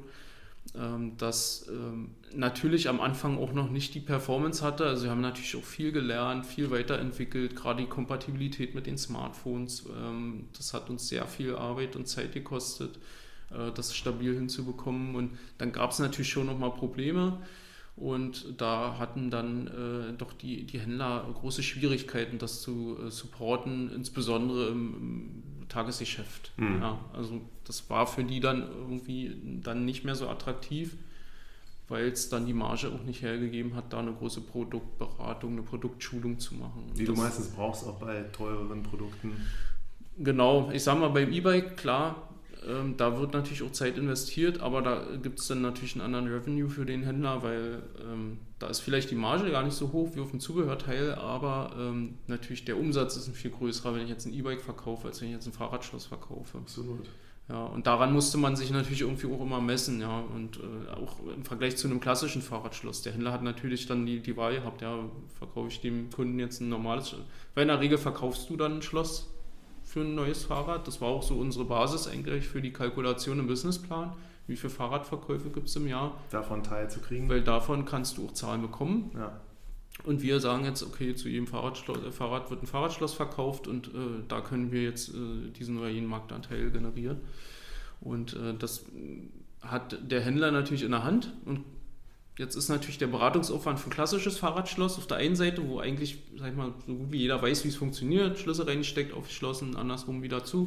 das natürlich am Anfang auch noch nicht die Performance hatte. Also wir haben natürlich auch viel gelernt, viel weiterentwickelt, gerade die Kompatibilität mit den Smartphones. Das hat uns sehr viel Arbeit und Zeit gekostet, das stabil hinzubekommen. Und dann gab es natürlich schon nochmal Probleme. Und da hatten dann doch die Händler große Schwierigkeiten, das zu supporten, insbesondere im Tagesgeschäft. Ja, also das war für die dann irgendwie dann nicht mehr so attraktiv, weil es dann die Marge auch nicht hergegeben hat, da eine große Produktberatung, eine Produktschulung zu machen. Die du meistens brauchst auch bei teureren Produkten. Genau, ich sag mal beim E-Bike, klar, da wird natürlich auch Zeit investiert, aber da gibt es dann natürlich einen anderen Revenue für den Händler, weil da ist vielleicht die Marge gar nicht so hoch wie auf dem Zubehörteil, aber natürlich der Umsatz ist ein viel größerer, wenn ich jetzt ein E-Bike verkaufe, als wenn ich jetzt ein Fahrradschloss verkaufe. Absolut. Ja, und daran musste man sich natürlich irgendwie auch immer messen, ja, und auch im Vergleich zu einem klassischen Fahrradschloss. Der Händler hat natürlich dann die Wahl gehabt, ja, verkaufe ich dem Kunden jetzt ein normales Schloss, weil in der Regel verkaufst du dann ein Schloss für ein neues Fahrrad. Das war auch so unsere Basis eigentlich für die Kalkulation im Businessplan. Wie viele Fahrradverkäufe gibt es im Jahr? Davon Teil zu kriegen. Weil davon kannst du auch Zahlen bekommen. Ja. Und wir sagen jetzt, okay, zu jedem Fahrrad wird ein Fahrradschloss verkauft und da können wir jetzt diesen oder jenen Marktanteil generieren. Und das hat der Händler natürlich in der Hand. Und jetzt ist natürlich der Beratungsaufwand für ein klassisches Fahrradschloss auf der einen Seite, wo eigentlich, sag ich mal, so gut wie jeder weiß, wie es funktioniert, Schlüssel reingesteckt, aufgeschlossen, andersrum wieder zu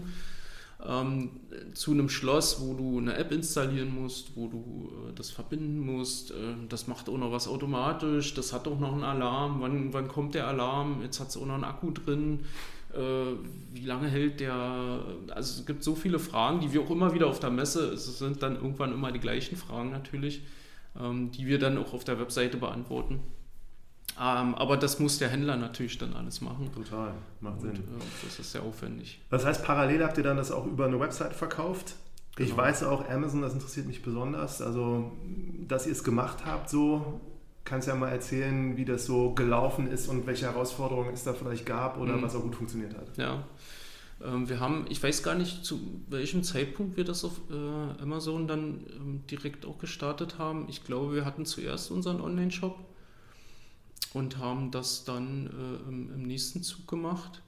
einem Schloss, wo du eine App installieren musst, wo du das verbinden musst. Das macht auch noch was automatisch, das hat auch noch einen Alarm. Wann kommt der Alarm? Jetzt hat es auch noch einen Akku drin. Wie lange hält der? Also es gibt so viele Fragen, die wir auch immer wieder auf der Messe, es sind dann irgendwann immer die gleichen Fragen natürlich, die wir dann auch auf der Webseite beantworten. Aber das muss der Händler natürlich dann alles machen. Total, macht Sinn. Das ist sehr aufwendig. Das heißt, parallel habt ihr dann das auch über eine Website verkauft? Genau. Ich weiß auch, Amazon, das interessiert mich besonders. Also, dass ihr es gemacht habt, so, kannst du ja mal erzählen, wie das so gelaufen ist und welche Herausforderungen es da vielleicht gab oder was auch gut funktioniert hat. Ja. Wir haben, ich weiß gar nicht, zu welchem Zeitpunkt wir das auf Amazon dann direkt auch gestartet haben. Ich glaube, wir hatten zuerst unseren Online-Shop und haben das dann im nächsten Zug gemacht.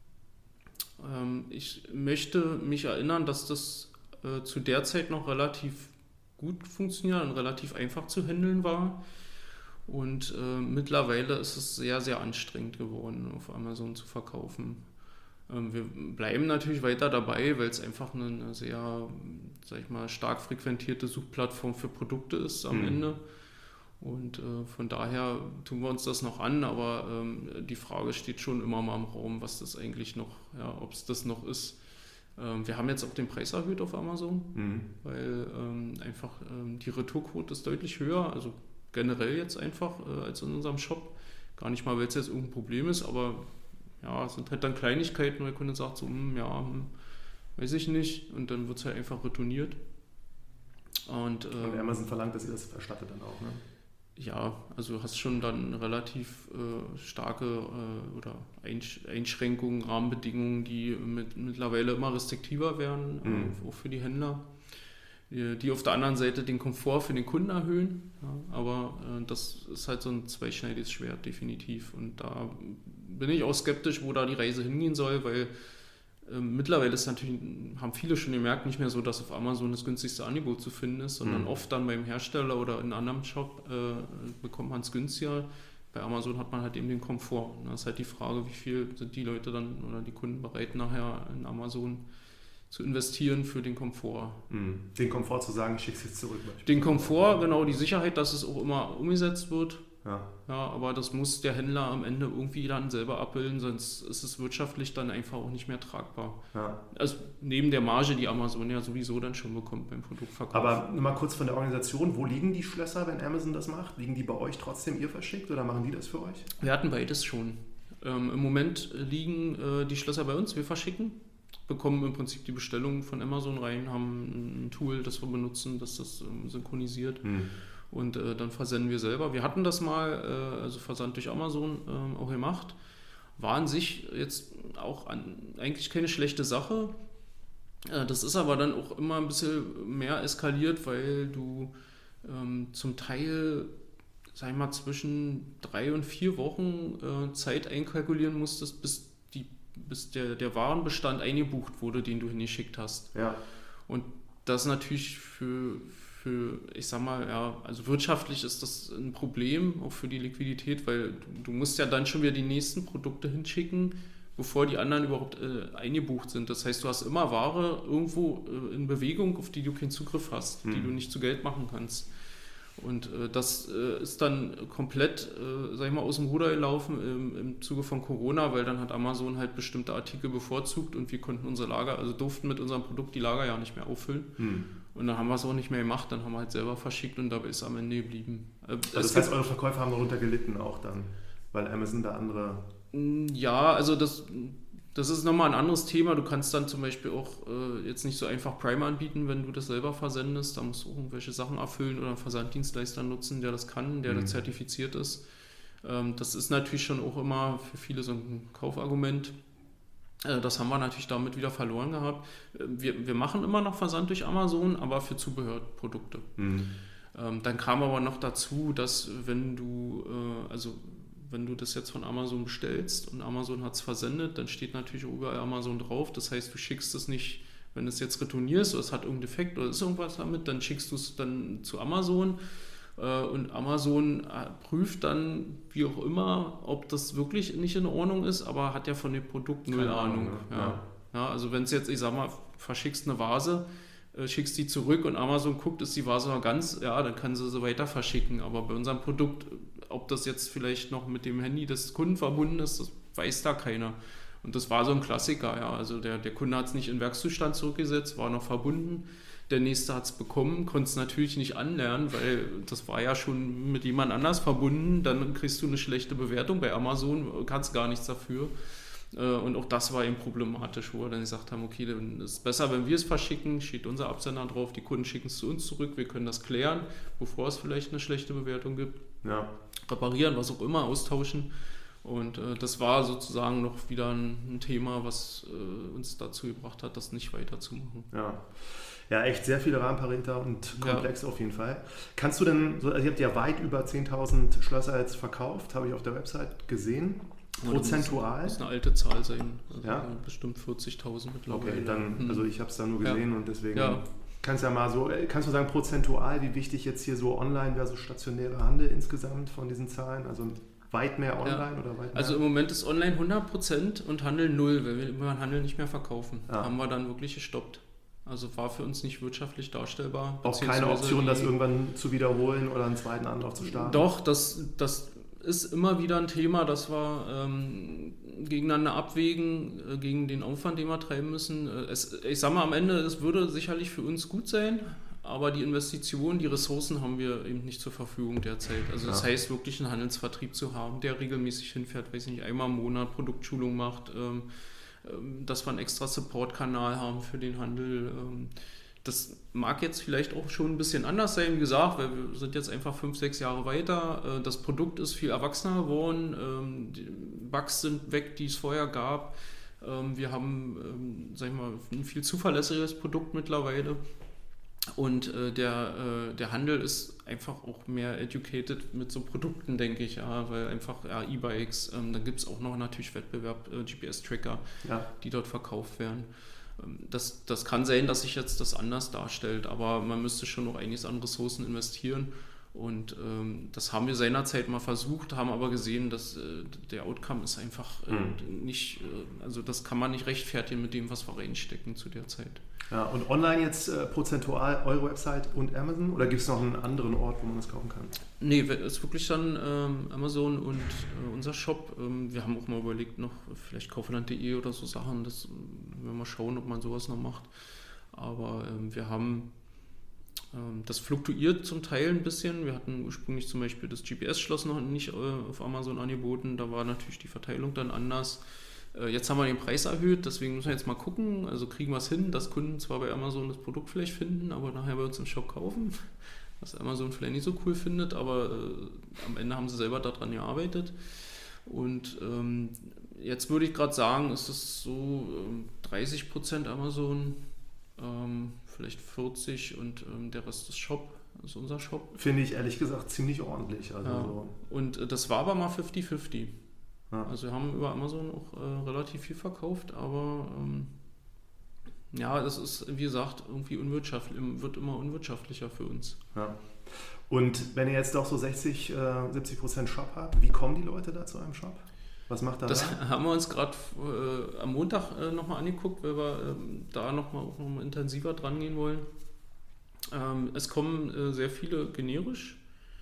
Ich möchte mich erinnern, dass das zu der Zeit noch relativ gut funktioniert und relativ einfach zu handeln war. Und mittlerweile ist es sehr, sehr anstrengend geworden, auf Amazon zu verkaufen. Wir bleiben natürlich weiter dabei, weil es einfach eine sehr, sag ich mal, stark frequentierte Suchplattform für Produkte ist am Ende. Und von daher tun wir uns das noch an, aber die Frage steht schon immer mal im Raum, was das eigentlich noch, ja, ob es das noch ist. Wir haben jetzt auch den Preis erhöht auf Amazon, weil einfach die Retourquote ist deutlich höher, also generell jetzt einfach als in unserem Shop. Gar nicht mal, weil es jetzt irgendein Problem ist, aber ja, es sind halt dann Kleinigkeiten, wo der Kunde sagt so, weiß ich nicht, und dann wird es halt einfach retourniert. Und Amazon verlangt, dass ihr das erstattet dann auch, ne? Ja, also du hast schon dann relativ starke oder Einschränkungen, Rahmenbedingungen, die mittlerweile immer restriktiver werden, auch für die Händler, die auf der anderen Seite den Komfort für den Kunden erhöhen. Ja, aber das ist halt so ein zweischneidiges Schwert, definitiv. Und da bin ich auch skeptisch, wo da die Reise hingehen soll, weil mittlerweile ist natürlich, haben viele schon gemerkt, nicht mehr so, dass auf Amazon das günstigste Angebot zu finden ist, sondern oft dann beim Hersteller oder in einem anderen Shop bekommt man es günstiger. Bei Amazon hat man halt eben den Komfort. Und da ist halt die Frage, wie viel sind die Leute dann oder die Kunden bereit, nachher in Amazon zu investieren für den Komfort. Den Komfort zu sagen, ich schicke es jetzt zurück. Den Komfort, genau, die Sicherheit, dass es auch immer umgesetzt wird. Ja. Ja, aber das muss der Händler am Ende irgendwie dann selber abbilden, sonst ist es wirtschaftlich dann einfach auch nicht mehr tragbar. Ja. Also neben der Marge, die Amazon ja sowieso dann schon bekommt beim Produktverkauf. Aber nur mal kurz von der Organisation, wo liegen die Schlösser, wenn Amazon das macht? Liegen die bei euch trotzdem, ihr verschickt, oder machen die das für euch? Wir hatten beides schon. Im Moment liegen die Schlösser bei uns, wir verschicken, bekommen im Prinzip die Bestellungen von Amazon rein, haben ein Tool, das wir benutzen, das synchronisiert. Und dann versenden wir selber. Wir hatten das mal, also Versand durch Amazon auch gemacht. War an sich jetzt auch eigentlich keine schlechte Sache. Das ist aber dann auch immer ein bisschen mehr eskaliert, weil du zum Teil, sag ich mal, zwischen 3 und 4 Wochen Zeit einkalkulieren musstest, bis der Warenbestand eingebucht wurde, den du hingeschickt hast. Ja. Und das natürlich für ich sag mal, ja, also wirtschaftlich ist das ein Problem, auch für die Liquidität, weil du musst ja dann schon wieder die nächsten Produkte hinschicken, bevor die anderen überhaupt eingebucht sind. Das heißt, du hast immer Ware irgendwo in Bewegung, auf die du keinen Zugriff hast, die du nicht zu Geld machen kannst. Und das ist dann komplett, sag ich mal, aus dem Ruder gelaufen im Zuge von Corona, weil dann hat Amazon halt bestimmte Artikel bevorzugt und wir konnten unsere Lager, also durften mit unserem Produkt die Lager ja nicht mehr auffüllen. Und dann haben wir es auch nicht mehr gemacht, dann haben wir halt selber verschickt und dabei ist es am Ende geblieben. Also das heißt, eure Verkäufer haben darunter gelitten auch dann, weil Amazon da andere... Ja, also das ist nochmal ein anderes Thema. Du kannst dann zum Beispiel auch jetzt nicht so einfach Prime anbieten, wenn du das selber versendest. Da musst du irgendwelche Sachen erfüllen oder einen Versanddienstleister nutzen, der das kann, der zertifiziert ist. Das ist natürlich schon auch immer für viele so ein Kaufargument. Das haben wir natürlich damit wieder verloren gehabt. Wir machen immer noch Versand durch Amazon, aber für Zubehörprodukte. Dann kam aber noch dazu, dass wenn du das jetzt von Amazon bestellst und Amazon hat es versendet, dann steht natürlich überall Amazon drauf. Das heißt, du schickst es nicht, wenn du es jetzt retournierst oder es hat irgendeinen Defekt oder ist irgendwas damit, dann schickst du es dann zu Amazon und Amazon prüft dann, wie auch immer, ob das wirklich nicht in Ordnung ist, aber hat ja von dem Produkt null Ahnung. Ja, also wenn es jetzt, ich sag mal, verschickst eine Vase, schickst die zurück und Amazon guckt, ist die Vase noch ganz, ja, dann kann sie weiter verschicken. Aber bei unserem Produkt, ob das jetzt vielleicht noch mit dem Handy des Kunden verbunden ist, das weiß da keiner. Und das war so ein Klassiker, ja. Also der Kunde hat es nicht in Werkszustand zurückgesetzt, war noch verbunden. Der nächste hat es bekommen, konnte es natürlich nicht anlernen, weil das war ja schon mit jemand anders verbunden. Dann kriegst du eine schlechte Bewertung bei Amazon, kannst gar nichts dafür. Und auch das war eben problematisch, wo wir dann gesagt haben, okay, dann ist es besser, wenn wir es verschicken, steht unser Absender drauf, die Kunden schicken es zu uns zurück, wir können das klären, bevor es vielleicht eine schlechte Bewertung gibt. Ja. Reparieren, was auch immer, austauschen. Und das war sozusagen noch wieder ein Thema, was uns dazu gebracht hat, das nicht weiterzumachen. Ja, echt sehr viele Rahmenparameter und komplex auf jeden Fall. Kannst du denn, also ihr habt ja weit über 10.000 Schlösser jetzt verkauft, habe ich auf der Website gesehen. Prozentual? Das ist eine alte Zahl sein. Also bestimmt 40.000 mittlerweile. Okay, dann, also ich habe es da nur gesehen und deswegen kannst du sagen, prozentual, wie wichtig jetzt hier so online versus stationärer Handel insgesamt von diesen Zahlen? Also weit mehr online oder weit mehr? Also im Moment ist online 100% und Handel 0, weil wir über Handel nicht mehr verkaufen. Haben wir dann wirklich gestoppt. Also war für uns nicht wirtschaftlich darstellbar. Auch keine Option, das irgendwann zu wiederholen oder einen zweiten Anlauf zu starten? Doch, das ist immer wieder ein Thema, dass wir gegeneinander abwägen, gegen den Aufwand, den wir treiben müssen. Ich sage mal, am Ende, es würde sicherlich für uns gut sein, aber die Investitionen, die Ressourcen haben wir eben nicht zur Verfügung derzeit. Also das heißt, wirklich einen Handelsvertrieb zu haben, der regelmäßig hinfährt, weiß ich nicht, einmal im Monat Produktschulung macht, dass wir einen extra Support-Kanal haben für den Handel. Das mag jetzt vielleicht auch schon ein bisschen anders sein, wie gesagt, weil wir sind jetzt einfach 5-6 Jahre weiter. Das Produkt ist viel erwachsener geworden, die Bugs sind weg, die es vorher gab. Wir haben, sag ich mal, ein viel zuverlässigeres Produkt mittlerweile. Und der Handel ist einfach auch mehr educated mit so Produkten, denke ich, weil einfach E-Bikes, dann gibt es auch noch natürlich Wettbewerb, GPS-Tracker, die dort verkauft werden. Das kann sein, dass sich jetzt das anders darstellt, aber man müsste schon noch einiges an Ressourcen investieren Und das haben wir seinerzeit mal versucht, haben aber gesehen, dass der Outcome ist einfach nicht, also das kann man nicht rechtfertigen mit dem, was wir reinstecken zu der Zeit. Ja, und online jetzt prozentual eure Website und Amazon? Oder gibt es noch einen anderen Ort, wo man das kaufen kann? Nee, es ist wirklich dann Amazon und unser Shop. Wir haben auch mal überlegt, noch vielleicht kaufland.de oder so Sachen. Das werden wir mal schauen, ob man sowas noch macht. Aber wir haben, das fluktuiert zum Teil ein bisschen. Wir hatten ursprünglich zum Beispiel das GPS-Schloss noch nicht auf Amazon angeboten. Da war natürlich die Verteilung dann anders. Jetzt haben wir den Preis erhöht, deswegen müssen wir jetzt mal gucken. Also kriegen wir es hin, dass Kunden zwar bei Amazon das Produkt vielleicht finden, aber nachher bei uns im Shop kaufen. Was Amazon vielleicht nicht so cool findet, aber am Ende haben sie selber daran gearbeitet. Und jetzt würde ich gerade sagen, ist es so 30% Amazon, vielleicht 40% und der Rest ist Shop, ist unser Shop. Finde ich ehrlich gesagt ziemlich ordentlich. Also ja. So. Und das war aber mal 50-50. Ja. Also wir haben über Amazon auch relativ viel verkauft, aber ja, das ist, wie gesagt, irgendwie wird immer unwirtschaftlicher für uns. Ja. Und wenn ihr jetzt doch so 60-70% Shop habt, wie kommen die Leute da zu einem Shop? Was macht das da? Haben wir uns gerade am Montag nochmal angeguckt, weil wir da nochmal intensiver dran gehen wollen. Es kommen sehr viele generisch,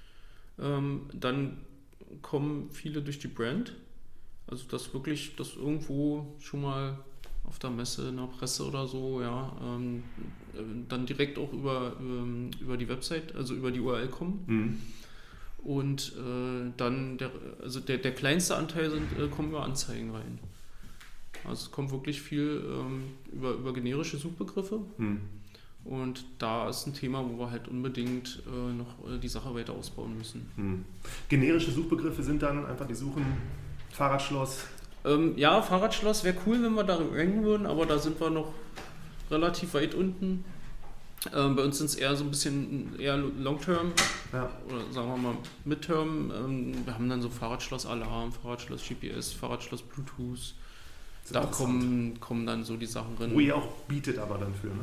dann kommen viele durch die Brand. Also das wirklich, das irgendwo schon mal auf der Messe, in der Presse oder so, ja, dann direkt auch über die Website, also über die URL kommen. Mhm. Und dann der kleinste Anteil kommen über Anzeigen rein. Also es kommt wirklich viel über generische Suchbegriffe. Mhm. Und da ist ein Thema, wo wir halt unbedingt noch die Sache weiter ausbauen müssen. Mhm. Generische Suchbegriffe sind dann einfach, die suchen Fahrradschloss. Ja, Fahrradschloss wäre cool, wenn wir da ranken würden, aber da sind wir noch relativ weit unten. Bei uns sind es eher so ein bisschen eher Long-Term, ja. Oder sagen wir mal Mid-Term. Wir haben dann so Fahrradschloss-Alarm, Fahrradschloss GPS, Fahrradschloss Bluetooth. Da kommen dann so die Sachen drin. Wo ihr auch bietet aber dann für,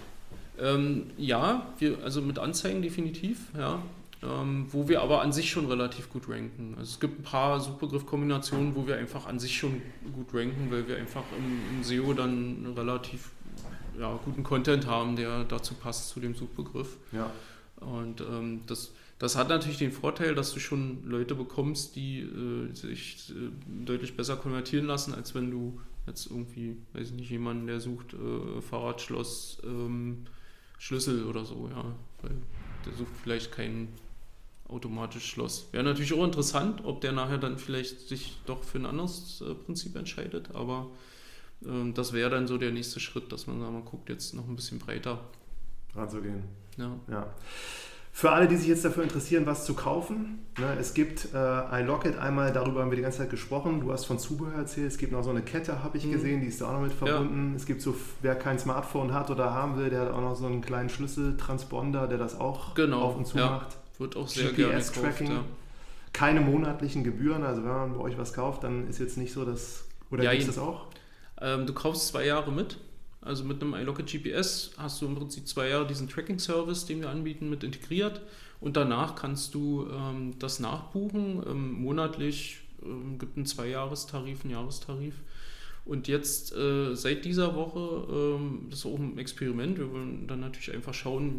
ne? Ja, also mit Anzeigen definitiv, ja. Wo wir aber an sich schon relativ gut ranken. Also es gibt ein paar Suchbegriffkombinationen, wo wir einfach an sich schon gut ranken, weil wir einfach im SEO dann einen relativ guten Content haben, der dazu passt zu dem Suchbegriff. Ja. Und das hat natürlich den Vorteil, dass du schon Leute bekommst, die sich deutlich besser konvertieren lassen, als wenn du jetzt irgendwie, weiß ich nicht, jemanden, der sucht Fahrradschloss, Schlüssel oder so, ja. Weil der sucht vielleicht kein automatisches Schloss. Wäre natürlich auch interessant, ob der nachher dann vielleicht sich doch für ein anderes Prinzip entscheidet, aber das wäre dann so der nächste Schritt, dass man sagt, man guckt jetzt noch ein bisschen breiter ranzugehen. Ja. Für alle, die sich jetzt dafür interessieren, was zu kaufen, ne, es gibt iLocket, einmal darüber haben wir die ganze Zeit gesprochen, du hast von Zubehör erzählt, es gibt noch so eine Kette, habe ich gesehen, die ist da auch noch mit verbunden. Ja. Es gibt so, wer kein Smartphone hat oder haben will, der hat auch noch so einen kleinen Schlüsseltransponder, der das auch auf und zu macht. Wird auch sehr gerne gekauft, GPS-Tracking, keine monatlichen Gebühren, also wenn man bei euch was kauft, dann ist jetzt nicht so, dass, oder gibt es das auch? Du kaufst 2 Jahre mit. Also mit einem iLocket GPS hast du im Prinzip 2 Jahre diesen Tracking-Service, den wir anbieten, mit integriert. Und danach kannst du das nachbuchen. Monatlich gibt einen 2-Jahrestarif, einen Jahrestarif. Und jetzt seit dieser Woche, das ist auch ein Experiment, wir wollen dann natürlich einfach schauen,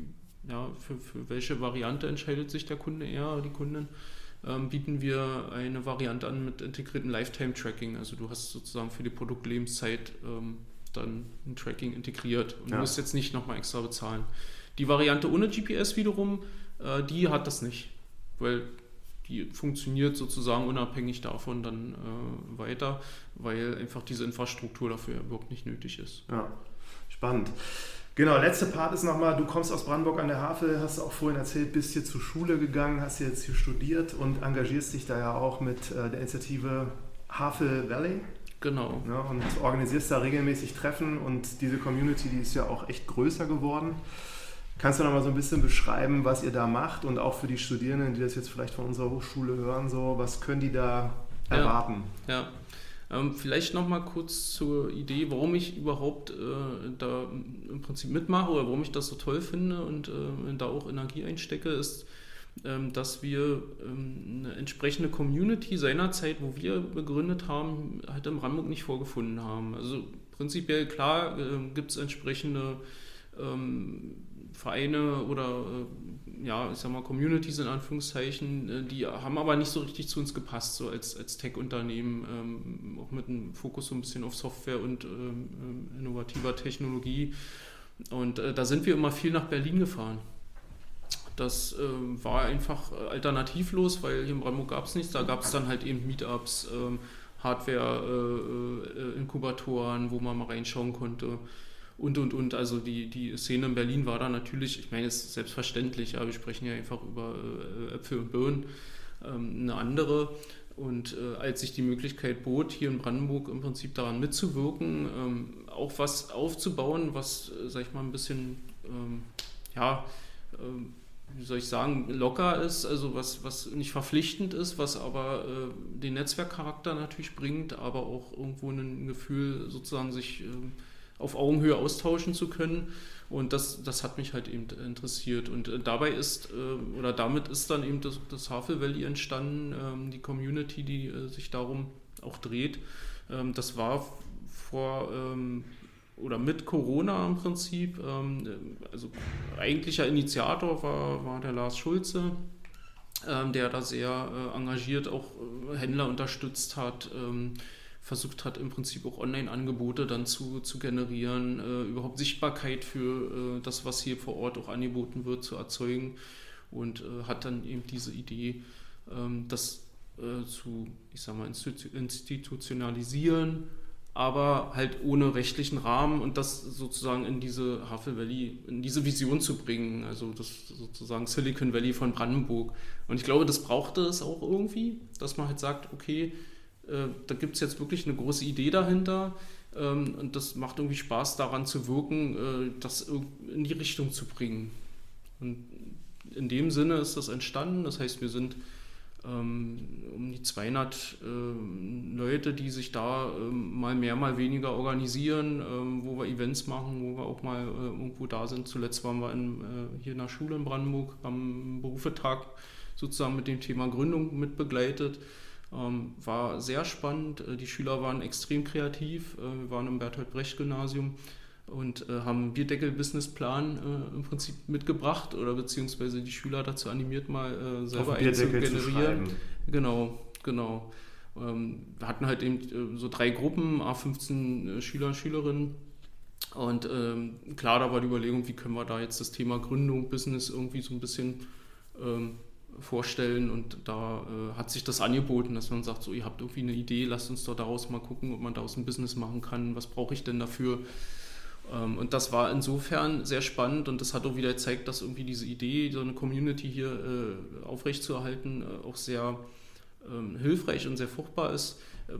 für welche Variante entscheidet sich der Kunde eher, die Kundin. Bieten wir eine Variante an mit integriertem Lifetime-Tracking. Also du hast sozusagen für die Produktlebenszeit dann ein Tracking integriert und musst jetzt nicht nochmal extra bezahlen. Die Variante ohne GPS wiederum, die hat das nicht, weil die funktioniert sozusagen unabhängig davon dann weiter, weil einfach diese Infrastruktur dafür überhaupt nicht nötig ist. Ja, spannend. Genau, letzte Part ist nochmal, du kommst aus Brandenburg an der Havel, hast auch vorhin erzählt, bist hier zur Schule gegangen, hast jetzt hier studiert und engagierst dich da ja auch mit der Initiative Havel Valley. Genau. Ja, und organisierst da regelmäßig Treffen und diese Community, die ist ja auch echt größer geworden. Kannst du noch mal so ein bisschen beschreiben, was ihr da macht und auch für die Studierenden, die das jetzt vielleicht von unserer Hochschule hören, so, was können die da erwarten? Ja. Vielleicht noch mal kurz zur Idee, warum ich überhaupt da im Prinzip mitmache oder warum ich das so toll finde und da auch Energie einstecke, ist, dass wir eine entsprechende Community seinerzeit, wo wir begründet haben, halt in Brandenburg nicht vorgefunden haben. Also prinzipiell klar gibt es entsprechende Vereine oder ich sag mal Communities in Anführungszeichen, die haben aber nicht so richtig zu uns gepasst, so als Tech-Unternehmen, auch mit einem Fokus so ein bisschen auf Software und innovativer Technologie. Und da sind wir immer viel nach Berlin gefahren. Das war einfach alternativlos, weil hier in Brandenburg gab es nichts. Da gab es dann halt eben Meetups, Hardware-Inkubatoren, wo man mal reinschauen konnte und. Also die Szene in Berlin war da natürlich, ich meine, es ist selbstverständlich, ja, wir sprechen ja einfach über Äpfel und Birnen, eine andere. Und als sich die Möglichkeit bot, hier in Brandenburg im Prinzip daran mitzuwirken, auch was aufzubauen, was, sag ich mal, ein bisschen, wie soll ich sagen, locker ist, also was nicht verpflichtend ist, was aber den Netzwerkcharakter natürlich bringt, aber auch irgendwo ein Gefühl, sozusagen sich auf Augenhöhe austauschen zu können. Und das hat mich halt eben interessiert. Und damit ist dann eben das Havel Valley entstanden, die Community, die sich darum auch dreht. Das war mit Corona im Prinzip. Also eigentlicher Initiator war der Lars Schulze, der da sehr engagiert auch Händler unterstützt hat, versucht hat, im Prinzip auch Online-Angebote dann zu generieren, überhaupt Sichtbarkeit für das, was hier vor Ort auch angeboten wird, zu erzeugen und hat dann eben diese Idee, das zu, ich sag mal, institutionalisieren, aber halt ohne rechtlichen Rahmen und das sozusagen in diese Havel Valley, in diese Vision zu bringen, also das sozusagen Silicon Valley von Brandenburg. Und ich glaube, das brauchte es auch irgendwie, dass man halt sagt, okay, da gibt es jetzt wirklich eine große Idee dahinter und das macht irgendwie Spaß, daran zu wirken, das in die Richtung zu bringen. Und in dem Sinne ist das entstanden. Das heißt, wir sind um die 200 Leute, die sich da mal mehr, mal weniger organisieren, wo wir Events machen, wo wir auch mal irgendwo da sind. Zuletzt waren wir hier in der Schule in Brandenburg am Berufetag sozusagen mit dem Thema Gründung mit begleitet. War sehr spannend, die Schüler waren extrem kreativ, wir waren im Bertolt-Brecht-Gymnasium und haben einen Bierdeckel-Businessplan im Prinzip mitgebracht oder beziehungsweise die Schüler dazu animiert, mal selber einen zu generieren. Genau. Wir hatten halt eben so 3 Gruppen, 15 Schüler und Schülerinnen und klar, da war die Überlegung, wie können wir da jetzt das Thema Gründung, Business irgendwie so ein bisschen vorstellen und da hat sich das angeboten, dass man sagt, so ihr habt irgendwie eine Idee, lasst uns doch daraus mal gucken, ob man daraus ein Business machen kann, was brauche ich denn dafür? Und das war insofern sehr spannend und das hat auch wieder gezeigt, dass irgendwie diese Idee, so eine Community hier aufrechtzuerhalten, auch sehr hilfreich und sehr fruchtbar ist.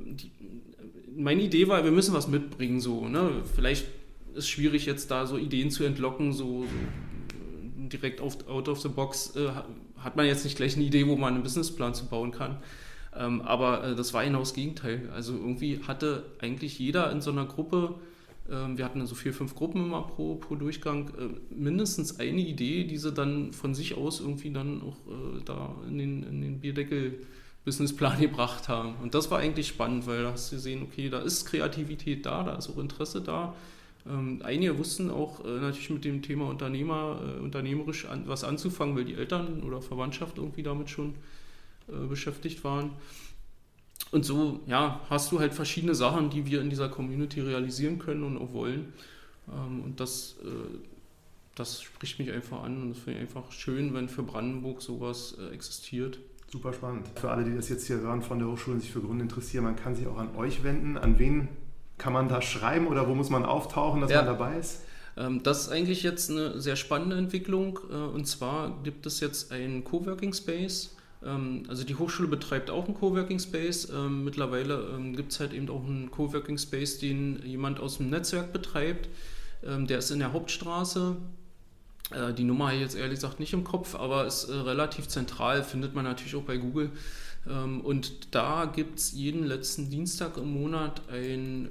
Meine Idee war, wir müssen was mitbringen, so, ne? Vielleicht ist es schwierig jetzt da so Ideen zu entlocken, so direkt out of the box hat man jetzt nicht gleich eine Idee, wo man einen Businessplan zu bauen kann. Aber das war genau das Gegenteil. Also irgendwie hatte eigentlich jeder in so einer Gruppe, wir hatten so 4, 5 Gruppen immer pro Durchgang, mindestens eine Idee, die sie dann von sich aus irgendwie dann auch da in den Bierdeckel-Businessplan gebracht haben. Und das war eigentlich spannend, weil da hast du gesehen, okay, da ist Kreativität da ist auch Interesse da. Einige wussten auch natürlich mit dem Thema unternehmerisch was anzufangen, weil die Eltern oder Verwandtschaft irgendwie damit schon beschäftigt waren. Und so hast du halt verschiedene Sachen, die wir in dieser Community realisieren können und auch wollen. Und das spricht mich einfach an und das finde ich einfach schön, wenn für Brandenburg sowas existiert. Super spannend. Für alle, die das jetzt hier hören von der Hochschule und sich für Gründen interessieren, man kann sich auch an euch wenden. An wen kann man da schreiben oder wo muss man auftauchen, dass man dabei ist? Das ist eigentlich jetzt eine sehr spannende Entwicklung. Und zwar gibt es jetzt einen Coworking Space. Also die Hochschule betreibt auch einen Coworking Space. Mittlerweile gibt es halt eben auch einen Coworking Space, den jemand aus dem Netzwerk betreibt. Der ist in der Hauptstraße. Die Nummer habe ich jetzt ehrlich gesagt nicht im Kopf, aber ist relativ zentral, findet man natürlich auch bei Google. Und da gibt es jeden letzten Dienstag im Monat ein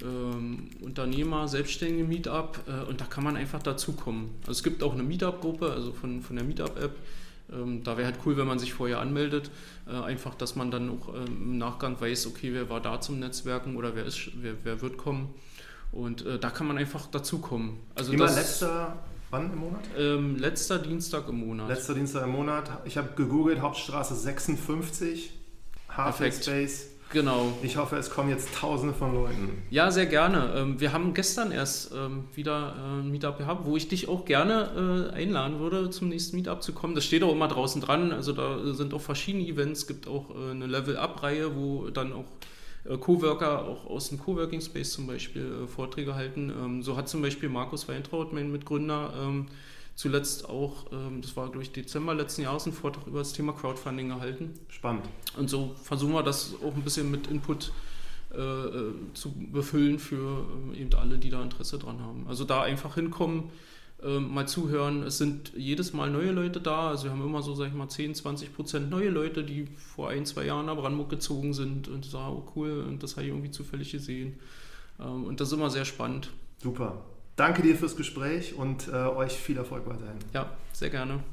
Unternehmer-Selbstständige-Meetup und da kann man einfach dazukommen. Also es gibt auch eine Meetup-Gruppe, also von der Meetup-App, Da wäre halt cool, wenn man sich vorher anmeldet, einfach, dass man dann auch im Nachgang weiß, okay, wer war da zum Netzwerken oder wer wird kommen. Und da kann man einfach dazukommen. Also immer letzter, wann im Monat? Letzter Dienstag im Monat. Letzter Dienstag im Monat. Ich habe gegoogelt, Hauptstraße 56, Half-Life Space. Genau. Ich hoffe, es kommen jetzt Tausende von Leuten. Ja, sehr gerne. Wir haben gestern erst wieder ein Meetup gehabt, wo ich dich auch gerne einladen würde, zum nächsten Meetup zu kommen. Das steht auch immer draußen dran. Also da sind auch verschiedene Events. Es gibt auch eine Level-Up-Reihe, wo dann auch Coworker auch aus dem Coworking Space zum Beispiel Vorträge halten. So hat zum Beispiel Markus Weintraut, mein Mitgründer, zuletzt auch, das war durch Dezember letzten Jahres, einen Vortrag über das Thema Crowdfunding gehalten. Spannend. Und so versuchen wir das auch ein bisschen mit Input zu befüllen für eben alle, die da Interesse dran haben. Also da einfach hinkommen, mal zuhören. Es sind jedes Mal neue Leute da. Also wir haben immer so, sag ich mal, 10-20% neue Leute, die vor 1-2 Jahren nach Brandenburg gezogen sind und sagen, oh cool, und das habe ich irgendwie zufällig gesehen. Und das ist immer sehr spannend. Super. Danke dir fürs Gespräch und euch viel Erfolg weiterhin. Ja, sehr gerne.